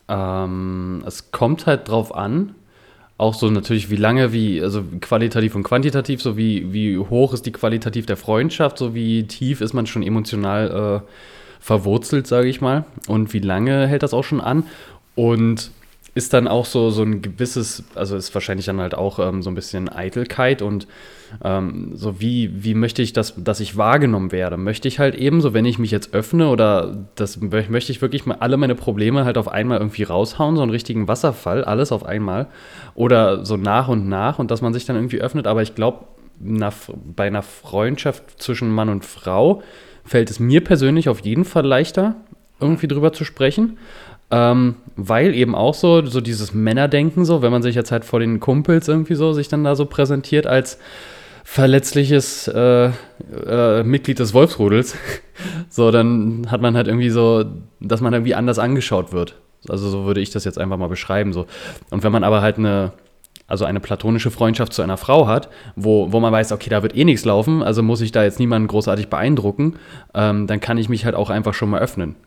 Es kommt halt drauf an, auch so natürlich also qualitativ und quantitativ, so wie hoch ist die qualitativ der Freundschaft, so wie tief ist man schon emotional verwurzelt, sage ich mal, und wie lange hält das auch schon an und ist dann auch so ein gewisses, also ist wahrscheinlich dann halt auch so ein bisschen Eitelkeit und so wie möchte ich dass ich wahrgenommen werde? Möchte ich halt eben so, wenn ich mich jetzt öffne oder möchte ich wirklich mal alle meine Probleme halt auf einmal irgendwie raushauen, so einen richtigen Wasserfall, alles auf einmal oder so nach und dass man sich dann irgendwie öffnet, aber ich glaube, bei einer Freundschaft zwischen Mann und Frau fällt es mir persönlich auf jeden Fall leichter, irgendwie drüber zu sprechen. Weil eben auch so dieses Männerdenken, so, wenn man sich jetzt halt vor den Kumpels irgendwie so sich dann da so präsentiert als verletzliches Mitglied des Wolfsrudels, so, dann hat man halt irgendwie so, dass man irgendwie anders angeschaut wird. Also so würde ich das jetzt einfach mal beschreiben. So. Und wenn man aber halt eine platonische Freundschaft zu einer Frau hat, wo man weiß, okay, da wird eh nichts laufen, also muss ich da jetzt niemanden großartig beeindrucken, dann kann ich mich halt auch einfach schon mal öffnen.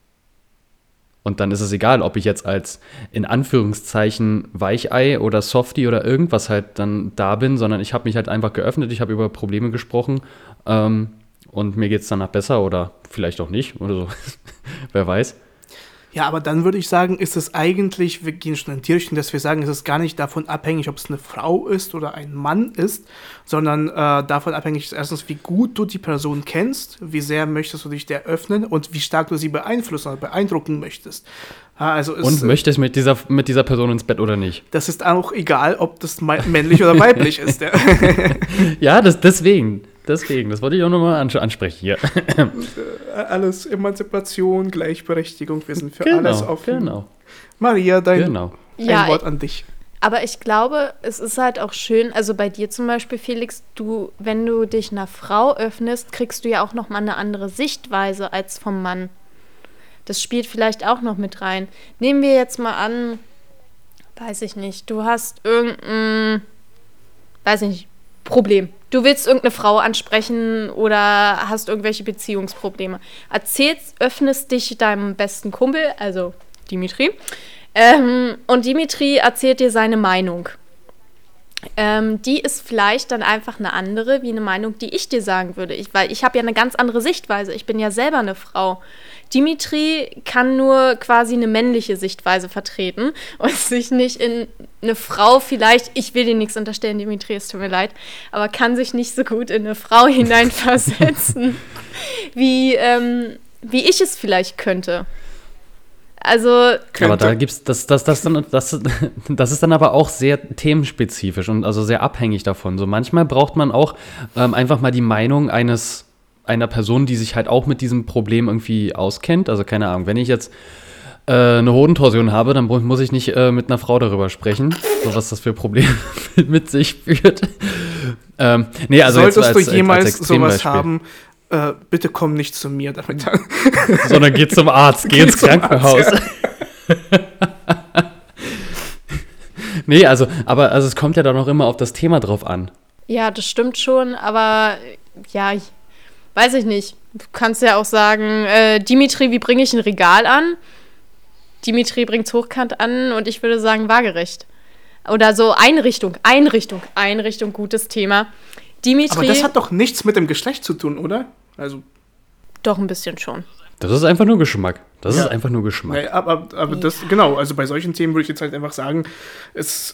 Und dann ist es egal, ob ich jetzt als, in Anführungszeichen, Weichei oder Softie oder irgendwas halt dann da bin, sondern ich habe mich halt einfach geöffnet, ich habe über Probleme gesprochen und mir geht es danach besser oder vielleicht auch nicht oder so. Wer weiß. Ja, aber dann würde ich sagen, ist es eigentlich, wir gehen schon in die Richtung, dass wir sagen, es ist gar nicht davon abhängig, ob es eine Frau ist oder ein Mann ist, sondern davon abhängig ist erstens, wie gut du die Person kennst, wie sehr möchtest du dich der öffnen und wie stark du sie beeinflussen oder beeindrucken möchtest. Ja, also und möchtest mit dieser Person ins Bett oder nicht? Das ist auch egal, ob das männlich oder weiblich ist. Ja, ja deswegen, das wollte ich auch nochmal ansprechen hier. Alles Emanzipation, Gleichberechtigung, wir sind für alles offen. Genau. Maria, ein Wort an dich. Aber ich glaube, es ist halt auch schön, also bei dir zum Beispiel, Felix, wenn du dich einer Frau öffnest, kriegst du ja auch nochmal eine andere Sichtweise als vom Mann. Das spielt vielleicht auch noch mit rein. Nehmen wir jetzt mal an, weiß ich nicht, du hast irgendein, Problem. Du willst irgendeine Frau ansprechen oder hast irgendwelche Beziehungsprobleme. Öffnest dich deinem besten Kumpel, also Dimitri, und Dimitri erzählt dir seine Meinung. Die ist vielleicht dann einfach eine andere, wie eine Meinung, die ich dir sagen würde. Weil ich habe ja eine ganz andere Sichtweise. Ich bin ja selber eine Frau. Dimitri kann nur quasi eine männliche Sichtweise vertreten und sich nicht in eine Frau vielleicht, ich will dir nichts unterstellen, Dimitri, es tut mir leid, aber kann sich nicht so gut in eine Frau hineinversetzen, wie ich es vielleicht könnte. Also aber da gibt's das ist dann aber auch sehr themenspezifisch und also sehr abhängig davon. So manchmal braucht man auch einfach mal die Meinung einer Person, die sich halt auch mit diesem Problem irgendwie auskennt. Also keine Ahnung, wenn ich jetzt eine Hodentorsion habe, dann muss ich nicht mit einer Frau darüber sprechen, so was das für Probleme mit sich führt. Nee, also solltest du jemals sowas haben, bitte komm nicht zu mir damit an. Sondern geh zum Arzt, geh ins Krankenhaus. Arzt, ja. Nee, also es kommt ja dann auch immer auf das Thema drauf an. Ja, das stimmt schon, aber ja, weiß ich nicht. Du kannst ja auch sagen, Dimitri, wie bringe ich ein Regal an? Dimitri bringt es hochkant an und ich würde sagen waagerecht. Oder so Einrichtung, gutes Thema. Dimitri, aber das hat doch nichts mit dem Geschlecht zu tun, oder? Also doch ein bisschen schon. Das ist einfach nur Geschmack. Das ist einfach nur Geschmack. Nee, aber das, genau, also bei solchen Themen würde ich jetzt halt einfach sagen, das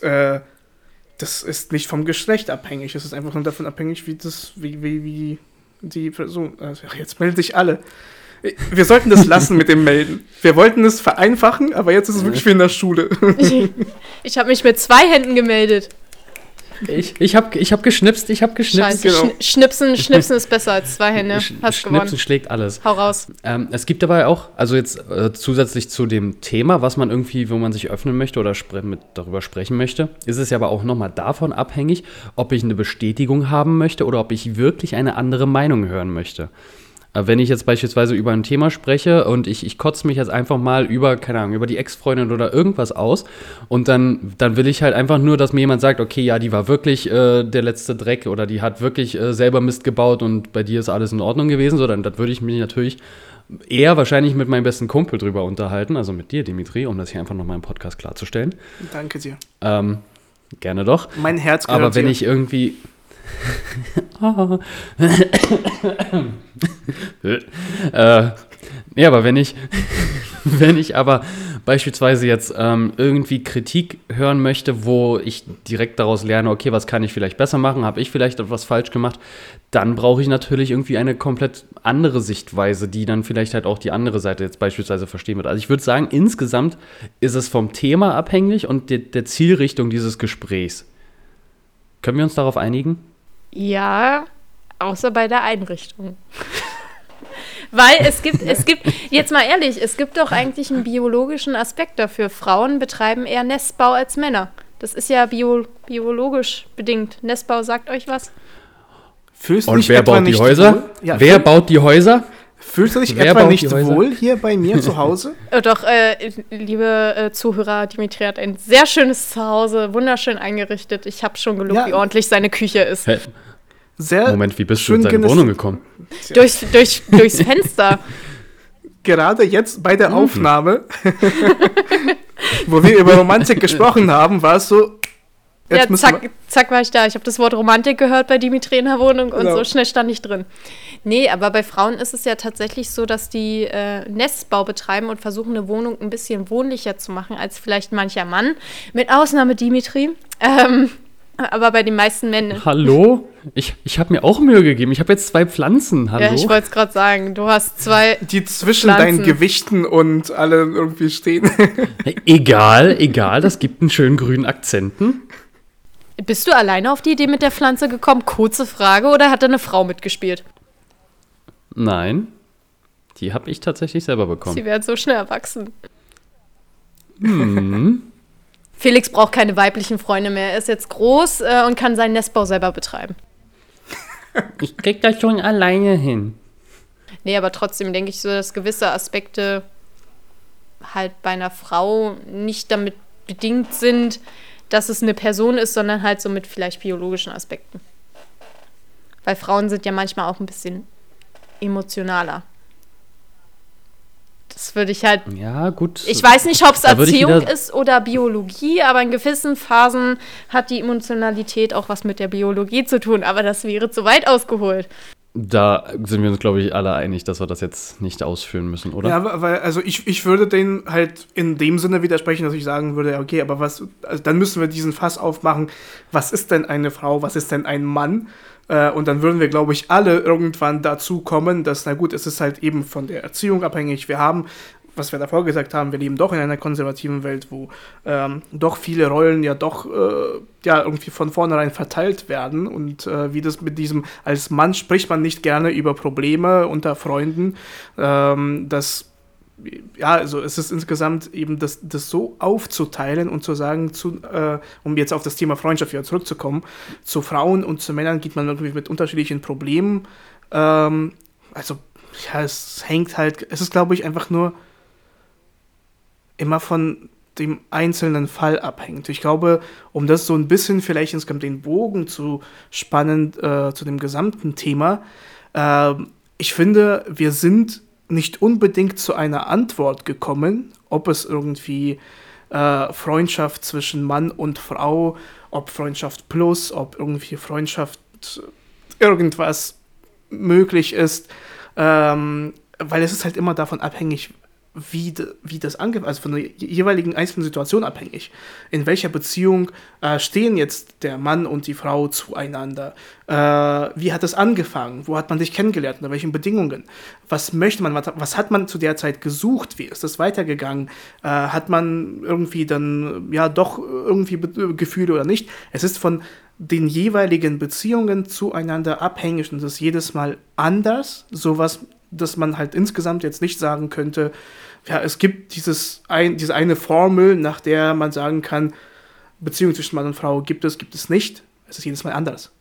ist nicht vom Geschlecht abhängig. Es ist einfach nur davon abhängig, wie die Person. Also jetzt melden sich alle. Wir sollten das lassen mit dem Melden. Wir wollten es vereinfachen, aber jetzt ist es wirklich wie in der Schule. Ich habe mich mit 2 Händen gemeldet. Ich hab geschnipst. Scheiße, genau. Schnipsen ist besser als 2 Hände. Hast gewonnen. Schnipsen schlägt alles. Hau raus. Es gibt dabei auch, also jetzt zusätzlich zu dem Thema, was man irgendwie, wo man sich öffnen möchte oder darüber sprechen möchte, ist es ja aber auch nochmal davon abhängig, ob ich eine Bestätigung haben möchte oder ob ich wirklich eine andere Meinung hören möchte. Wenn ich jetzt beispielsweise über ein Thema spreche und ich kotze mich jetzt einfach mal über die Ex-Freundin oder irgendwas aus und dann will ich halt einfach nur, dass mir jemand sagt, okay, ja, die war wirklich der letzte Dreck oder die hat wirklich selber Mist gebaut und bei dir ist alles in Ordnung gewesen, so, dann würde ich mich natürlich eher wahrscheinlich mit meinem besten Kumpel drüber unterhalten, also mit dir, Dimitri, um das hier einfach nochmal im Podcast klarzustellen. Danke dir. Gerne doch. Mein Herz gehört aber wenn dir. Ich irgendwie ja, aber wenn ich aber beispielsweise jetzt irgendwie Kritik hören möchte, wo ich direkt daraus lerne, okay, was kann ich vielleicht besser machen, habe ich vielleicht etwas falsch gemacht, dann brauche ich natürlich irgendwie eine komplett andere Sichtweise, die dann vielleicht halt auch die andere Seite jetzt beispielsweise verstehen wird. Also ich würde sagen, insgesamt ist es vom Thema abhängig und der Zielrichtung dieses Gesprächs. Können wir uns darauf einigen? Ja, außer bei der Einrichtung. Weil es gibt, jetzt mal ehrlich, es gibt doch eigentlich einen biologischen Aspekt dafür. Frauen betreiben eher Nestbau als Männer. Das ist ja biologisch bedingt. Nestbau sagt euch was? Fühlst du Und dich wer etwa baut die nicht Häuser? wohl? Ja, Wer baut die Häuser? Fühlst du dich Wer etwa baut nicht die Häuser? wohl hier bei mir zu Hause? Doch, liebe Zuhörer, Dimitri hat ein sehr schönes Zuhause, wunderschön eingerichtet. Ich habe schon gelobt, Ja. wie ordentlich seine Küche ist. Hä? Sehr Moment, wie bist du schön in seine genistet. Wohnung gekommen? Durchs Fenster. Gerade jetzt bei der Aufnahme, wo wir über Romantik gesprochen haben, war es so, jetzt Ja, müssen wir, zack war ich da. Ich habe das Wort Romantik gehört bei Dimitri in der Wohnung und Genau. so schnell stand ich drin. Nee, aber bei Frauen ist es ja tatsächlich so, dass die Nestbau betreiben und versuchen, eine Wohnung ein bisschen wohnlicher zu machen als vielleicht mancher Mann. Mit Ausnahme Dimitri. Aber bei den meisten Männern. Hallo? Ich habe mir auch Mühe gegeben. Ich habe jetzt 2 Pflanzen. Hallo? Ja, ich wollte es gerade sagen. Du hast 2. die zwischen Pflanzen. deinen Gewichten und alle irgendwie stehen. Egal, das gibt einen schönen grünen Akzenten. Bist du alleine auf die Idee mit der Pflanze gekommen? Kurze Frage. Oder hat da eine Frau mitgespielt? Nein, die habe ich tatsächlich selber bekommen. Sie werden so schnell erwachsen. Felix braucht keine weiblichen Freunde mehr. Er ist jetzt groß und kann seinen Nestbau selber betreiben. Ich krieg das schon alleine hin. Nee, aber trotzdem denke ich so, dass gewisse Aspekte halt bei einer Frau nicht damit bedingt sind, dass es eine Person ist, sondern halt so mit vielleicht biologischen Aspekten. Weil Frauen sind ja manchmal auch ein bisschen emotionaler. Das würde ich halt. Ja, gut. Ich weiß nicht, ob es Da würde ich Erziehung wieder- ist oder Biologie, aber in gewissen Phasen hat die Emotionalität auch was mit der Biologie zu tun. Aber das wäre zu weit ausgeholt. Da sind wir uns, glaube ich, alle einig, dass wir das jetzt nicht ausführen müssen, oder? Ja, weil, also ich würde den halt in dem Sinne widersprechen, dass ich sagen würde, ja, okay, aber was, also dann müssen wir diesen Fass aufmachen, was ist denn eine Frau, was ist denn ein Mann? Und dann würden wir, glaube ich, alle irgendwann dazu kommen, dass, na gut, es ist halt eben von der Erziehung abhängig. Wir haben, was wir davor gesagt haben, wir leben doch in einer konservativen Welt, wo doch viele Rollen ja doch ja irgendwie von vornherein verteilt werden. Und wie das mit diesem, als Mann spricht man nicht gerne über Probleme unter Freunden. Ja, also es ist insgesamt eben das so aufzuteilen und zu sagen, um jetzt auf das Thema Freundschaft wieder zurückzukommen, zu Frauen und zu Männern geht man irgendwie mit unterschiedlichen Problemen. Also, ja, es ist, glaube ich, einfach nur immer von dem einzelnen Fall abhängt. Ich glaube, um das so ein bisschen vielleicht insgesamt den Bogen zu spannen zu dem gesamten Thema, ich finde, wir sind nicht unbedingt zu einer Antwort gekommen, ob es irgendwie Freundschaft zwischen Mann und Frau, ob Freundschaft plus, ob irgendwie Freundschaft irgendwas möglich ist, weil es ist halt immer davon abhängig, wie das angeht, also von der jeweiligen einzelnen Situation abhängig. In welcher Beziehung stehen jetzt der Mann und die Frau zueinander? Wie hat es angefangen? Wo hat man sich kennengelernt? Unter welchen Bedingungen? Was möchte man? Was hat man zu der Zeit gesucht? Wie ist das weitergegangen? Hat man irgendwie dann ja doch irgendwie Gefühle oder nicht? Es ist von den jeweiligen Beziehungen zueinander abhängig und es ist jedes Mal anders. Sowas, dass man halt insgesamt jetzt nicht sagen könnte, ja, es gibt diese eine Formel, nach der man sagen kann, Beziehung zwischen Mann und Frau gibt es nicht. Es ist jedes Mal anders.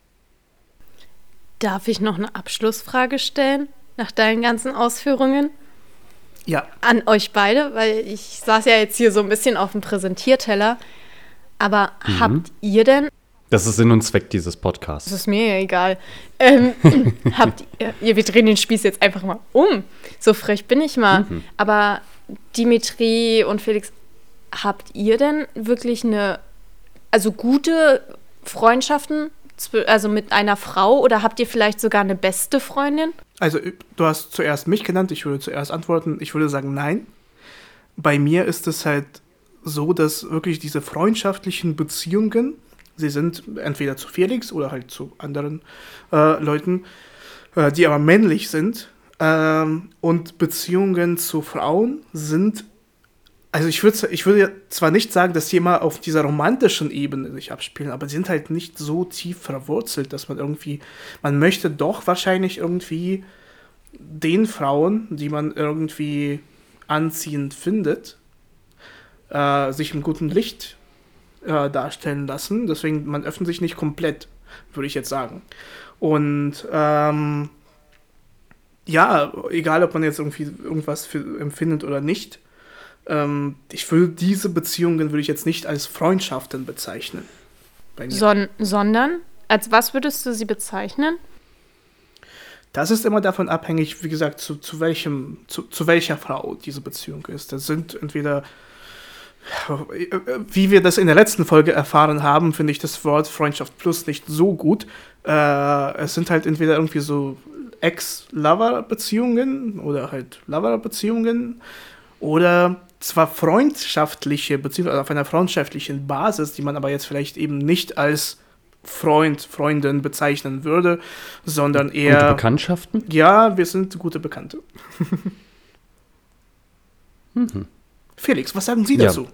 Darf ich noch eine Abschlussfrage stellen, nach deinen ganzen Ausführungen? Ja. An euch beide, weil ich saß ja jetzt hier so ein bisschen auf dem Präsentierteller. Aber habt ihr denn, Das ist Sinn und Zweck dieses Podcasts. das ist mir ja egal, habt ihr, wir drehen den Spieß jetzt einfach mal um. So frech bin ich mal. Aber Dimitri und Felix, habt ihr denn wirklich also gute Freundschaften, also mit einer Frau oder habt ihr vielleicht sogar eine beste Freundin? Also, du hast zuerst mich genannt, ich würde zuerst antworten, ich würde sagen, nein. Bei mir ist es halt so, dass wirklich diese freundschaftlichen Beziehungen, sie sind entweder zu Felix oder halt zu anderen Leuten, die aber männlich sind, und Beziehungen zu Frauen sind Also ich würde zwar nicht sagen, dass die immer auf dieser romantischen Ebene sich abspielen, aber sie sind halt nicht so tief verwurzelt, dass man möchte doch wahrscheinlich irgendwie den Frauen, die man irgendwie anziehend findet, sich im guten Licht darstellen lassen. Deswegen, man öffnet sich nicht komplett, würde ich jetzt sagen. Und ja, egal ob man jetzt irgendwie irgendwas empfindet oder nicht, diese Beziehungen würde ich jetzt nicht als Freundschaften bezeichnen. Bei mir. Sondern? Als was würdest du sie bezeichnen? Das ist immer davon abhängig, wie gesagt, zu welcher Frau diese Beziehung ist. Das sind entweder, wie wir das in der letzten Folge erfahren haben, finde ich das Wort Freundschaft Plus nicht so gut. Es sind halt entweder irgendwie so Ex-Lover-Beziehungen oder halt Lover-Beziehungen oder zwar freundschaftliche Beziehungen, also auf einer freundschaftlichen Basis, die man aber jetzt vielleicht eben nicht als Freundin bezeichnen würde, sondern eher... Gute Bekanntschaften? Ja, wir sind gute Bekannte. Felix, was sagen Sie dazu?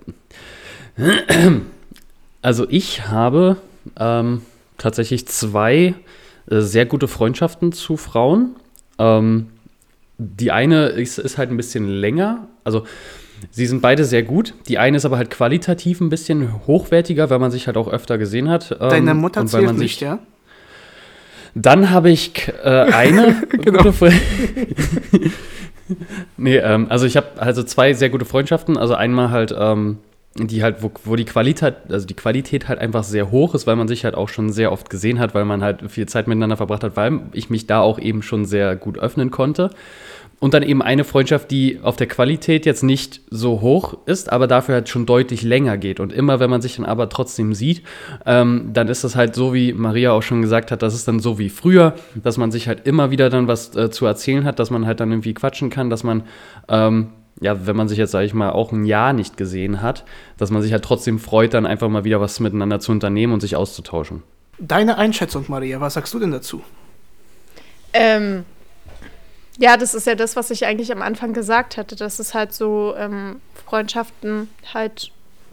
Also ich habe tatsächlich 2 sehr gute Freundschaften zu Frauen. Die eine ist halt ein bisschen länger, also sie sind beide sehr gut. Die eine ist aber halt qualitativ ein bisschen hochwertiger, weil man sich halt auch öfter gesehen hat. Deine Mutter zählt nicht, ja? Dann habe ich eine gute Freundin. Nee, also ich habe also 2 sehr gute Freundschaften. Also einmal halt, die halt, wo die Qualität halt einfach sehr hoch ist, weil man sich halt auch schon sehr oft gesehen hat, weil man halt viel Zeit miteinander verbracht hat, weil ich mich da auch eben schon sehr gut öffnen konnte. Und dann eben eine Freundschaft, die auf der Qualität jetzt nicht so hoch ist, aber dafür halt schon deutlich länger geht. Und immer, wenn man sich dann aber trotzdem sieht, dann ist das halt so, wie Maria auch schon gesagt hat, das ist dann so wie früher, dass man sich halt immer wieder dann was zu erzählen hat, dass man halt dann irgendwie quatschen kann, dass man, wenn man sich jetzt, sage ich mal, auch ein Jahr nicht gesehen hat, dass man sich halt trotzdem freut, dann einfach mal wieder was miteinander zu unternehmen und sich auszutauschen. Deine Einschätzung, Maria, was sagst du denn dazu? Ja, das ist ja das, was ich eigentlich am Anfang gesagt hatte, dass es halt so Freundschaften halt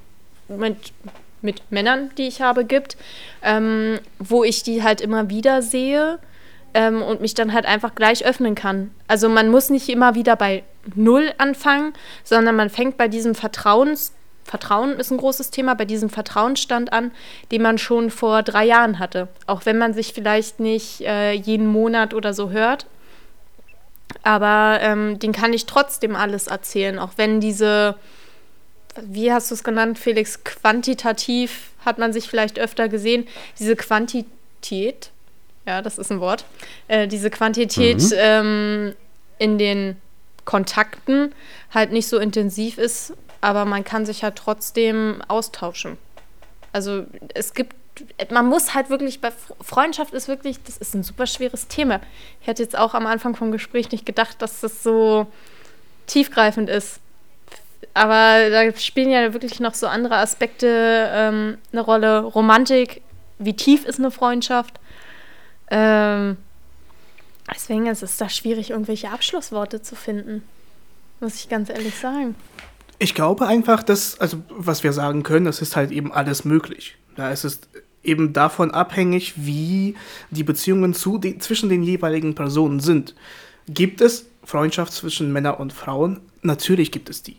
mit Männern, die ich habe, gibt, wo ich die halt immer wieder sehe und mich dann halt einfach gleich öffnen kann. Also man muss nicht immer wieder bei 0 anfangen, sondern man fängt bei diesem Vertrauen ist ein großes Thema, bei diesem Vertrauensstand an, den man schon vor 3 Jahren hatte. Auch wenn man sich vielleicht nicht jeden Monat oder so hört. Aber den kann ich trotzdem alles erzählen, auch wenn diese, wie hast du es genannt, Felix, quantitativ hat man sich vielleicht öfter gesehen, diese Quantität, ja, das ist ein Wort, diese Quantität in den Kontakten halt nicht so intensiv ist, aber man kann sich halt trotzdem austauschen. Also man muss halt wirklich, bei Freundschaft ist wirklich, das ist ein super schweres Thema. Ich hätte jetzt auch am Anfang vom Gespräch nicht gedacht, dass das so tiefgreifend ist. Aber da spielen ja wirklich noch so andere Aspekte eine Rolle. Romantik, wie tief ist eine Freundschaft? Deswegen ist es da schwierig, irgendwelche Abschlussworte zu finden. Muss ich ganz ehrlich sagen. Ich glaube einfach, was wir sagen können, das ist halt eben alles möglich. Ja, es ist eben davon abhängig, wie die Beziehungen zwischen den jeweiligen Personen sind. Gibt es Freundschaft zwischen Männern und Frauen? Natürlich gibt es die.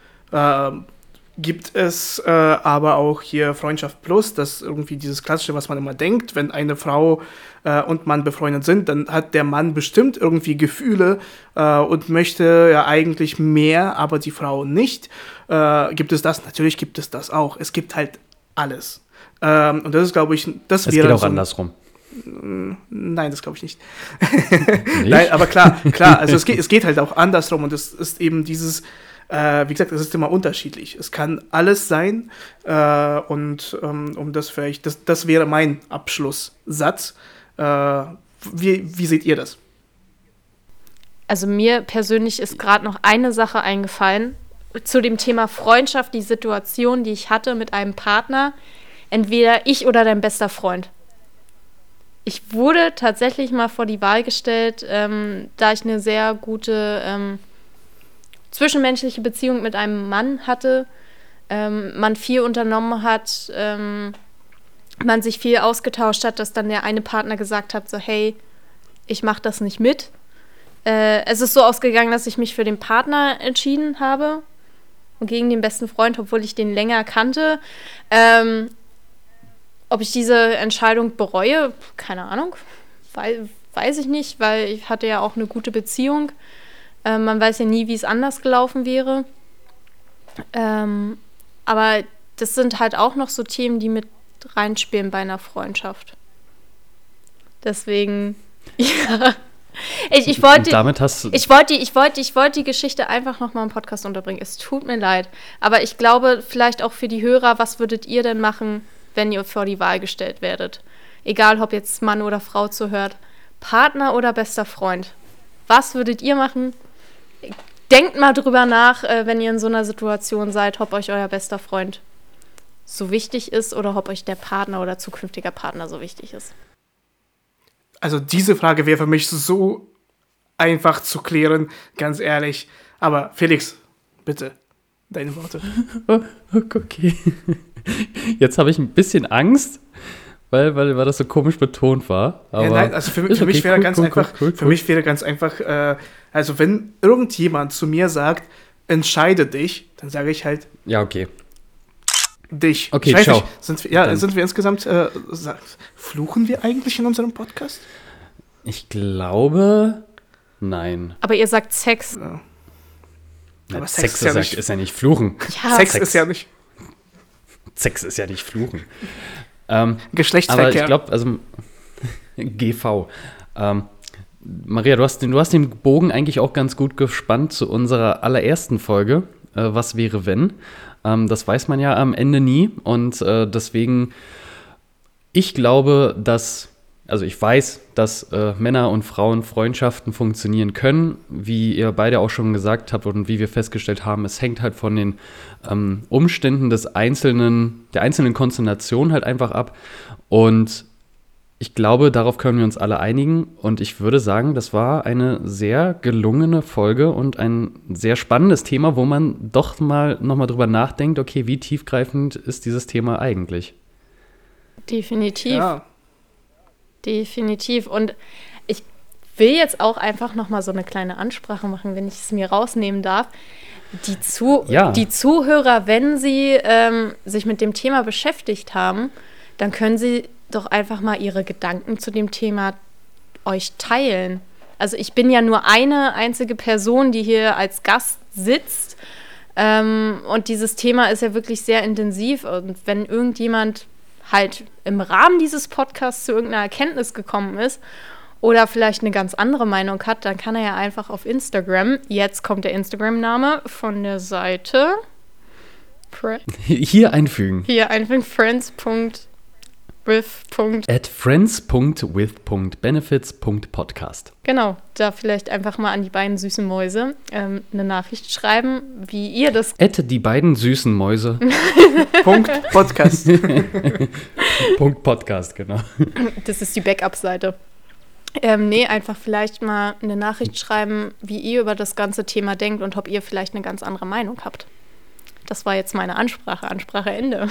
Gibt es aber auch hier Freundschaft plus, das irgendwie dieses Klassische, was man immer denkt, wenn eine Frau und Mann befreundet sind, dann hat der Mann bestimmt irgendwie Gefühle und möchte ja eigentlich mehr, aber die Frau nicht. Gibt es das? Natürlich gibt es das auch. Es gibt halt alles. Und das ist, glaube ich, das wäre. Es geht auch andersrum. Nein, das glaube ich nicht. Nein, aber klar, also es geht halt auch andersrum und es ist eben dieses, wie gesagt, es ist immer unterschiedlich. Es kann alles sein und um das vielleicht, das wäre mein Abschlusssatz. Wie seht ihr das? Also mir persönlich ist gerade noch eine Sache eingefallen zu dem Thema Freundschaft, die Situation, die ich hatte mit einem Partner, entweder ich oder dein bester Freund. Ich wurde tatsächlich mal vor die Wahl gestellt, da ich eine sehr gute zwischenmenschliche Beziehung mit einem Mann hatte, man viel unternommen hat, man sich viel ausgetauscht hat, dass dann der eine Partner gesagt hat, so hey, ich mache das nicht mit. Es ist so ausgegangen, dass ich mich für den Partner entschieden habe und gegen den besten Freund, obwohl ich den länger kannte. Ob ich diese Entscheidung bereue, keine Ahnung, weiß ich nicht, weil ich hatte ja auch eine gute Beziehung. Man weiß ja nie, wie es anders gelaufen wäre. Aber das sind halt auch noch so Themen, die mit reinspielen bei einer Freundschaft. Deswegen, ja. Ich wollte die Geschichte einfach nochmal im Podcast unterbringen. Es tut mir leid. Aber ich glaube, vielleicht auch für die Hörer, was würdet ihr denn machen, wenn ihr vor die Wahl gestellt werdet? Egal, ob jetzt Mann oder Frau zuhört. Partner oder bester Freund? Was würdet ihr machen? Denkt mal drüber nach, wenn ihr in so einer Situation seid, ob euch euer bester Freund so wichtig ist oder ob euch der Partner oder zukünftiger Partner so wichtig ist. Also diese Frage wäre für mich so einfach zu klären, ganz ehrlich. Aber Felix, bitte, deine Worte. Okay. Jetzt habe ich ein bisschen Angst, weil das so komisch betont war. Aber ja, nein, also für mich wäre ganz einfach, für mich wäre ganz einfach, also wenn irgendjemand zu mir sagt, entscheide dich, dann sage ich halt, ja, okay. Dich. Okay, ich weiß ciao. Nicht, sind wir insgesamt, fluchen wir eigentlich in unserem Podcast? Ich glaube, nein. Aber ihr sagt Sex. Ja. Aber Sex ist ja nicht fluchen. Ja. Sex ist ja nicht. Sex ist ja nicht fluchen. Geschlechtsverkehr. Aber ich glaube, also GV. Maria, du hast den Bogen eigentlich auch ganz gut gespannt zu unserer allerersten Folge. Was wäre, wenn? Das weiß man ja am Ende nie. Und deswegen, ich glaube, ich weiß, dass Männer- und Frauenfreundschaften funktionieren können, wie ihr beide auch schon gesagt habt und wie wir festgestellt haben, es hängt halt von den Umständen der einzelnen Konstellation halt einfach ab. Und ich glaube, darauf können wir uns alle einigen. Und ich würde sagen, das war eine sehr gelungene Folge und ein sehr spannendes Thema, wo man doch nochmal drüber nachdenkt, okay, wie tiefgreifend ist dieses Thema eigentlich? Definitiv. Ja. Definitiv. Und ich will jetzt auch einfach nochmal so eine kleine Ansprache machen, wenn ich es mir rausnehmen darf. Die Zuhörer, wenn sie sich mit dem Thema beschäftigt haben, dann können sie doch einfach mal ihre Gedanken zu dem Thema euch teilen. Also ich bin ja nur eine einzige Person, die hier als Gast sitzt. Und dieses Thema ist ja wirklich sehr intensiv. Und wenn irgendjemand halt im Rahmen dieses Podcasts zu irgendeiner Erkenntnis gekommen ist oder vielleicht eine ganz andere Meinung hat, dann kann er ja einfach auf Instagram, jetzt kommt der Instagram-Name von der Seite, Hier einfügen, friends.with.benefits.podcast. Genau, da vielleicht einfach mal an die beiden süßen Mäuse eine Nachricht schreiben, wie ihr das... Die beiden süßen Mäuse. Podcast. Podcast, genau. Das ist die Backup-Seite. Einfach vielleicht mal eine Nachricht schreiben, wie ihr über das ganze Thema denkt und ob ihr vielleicht eine ganz andere Meinung habt. Das war jetzt meine Ansprache. Ansprache Ende.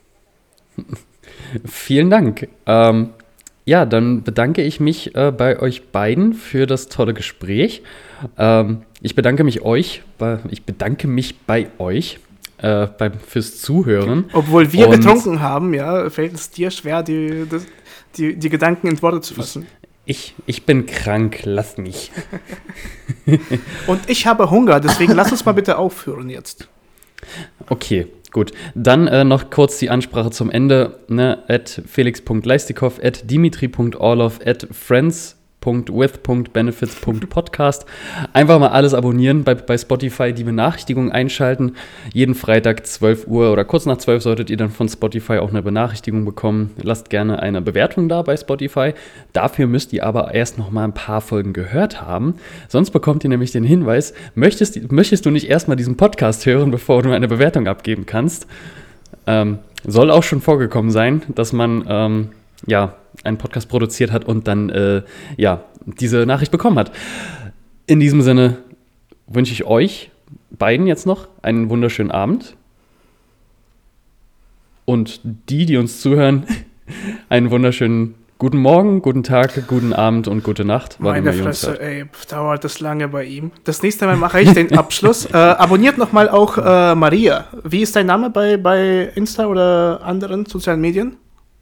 Vielen Dank. Dann bedanke ich mich bei euch beiden für das tolle Gespräch. Ich bedanke mich bei euch fürs Zuhören. Obwohl wir getrunken haben, ja, fällt es dir schwer, die Gedanken in Worte zu fassen. Ich bin krank, lass mich. Und ich habe Hunger, deswegen lass uns mal bitte aufhören jetzt. Okay, gut. Dann noch kurz die Ansprache zum Ende. @felix.leistikow, @dimitri.orlov, @friends.with.benefits.podcast. Einfach mal alles abonnieren bei Spotify, die Benachrichtigungen einschalten. Jeden Freitag 12 Uhr oder kurz nach 12 solltet ihr dann von Spotify auch eine Benachrichtigung bekommen. Lasst gerne eine Bewertung da bei Spotify. Dafür müsst ihr aber erst noch mal ein paar Folgen gehört haben. Sonst bekommt ihr nämlich den Hinweis, möchtest du nicht erstmal diesen Podcast hören, bevor du eine Bewertung abgeben kannst? Soll auch schon vorgekommen sein, dass man einen Podcast produziert hat und dann diese Nachricht bekommen hat. In diesem Sinne wünsche ich euch beiden jetzt noch einen wunderschönen Abend. Und die uns zuhören, einen wunderschönen guten Morgen, guten Tag, guten Abend und gute Nacht. Meine Fresse, ey, dauert das lange bei ihm. Das nächste Mal mache ich den Abschluss. Abonniert nochmal auch Maria. Wie ist dein Name bei Insta oder anderen sozialen Medien?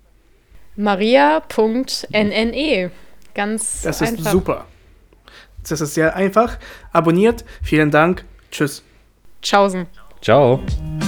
Maria.nne. Ganz Das einfach. ist super. Das ist sehr einfach. Abonniert. Vielen Dank. Tschüss. Tschaußen. Ciao.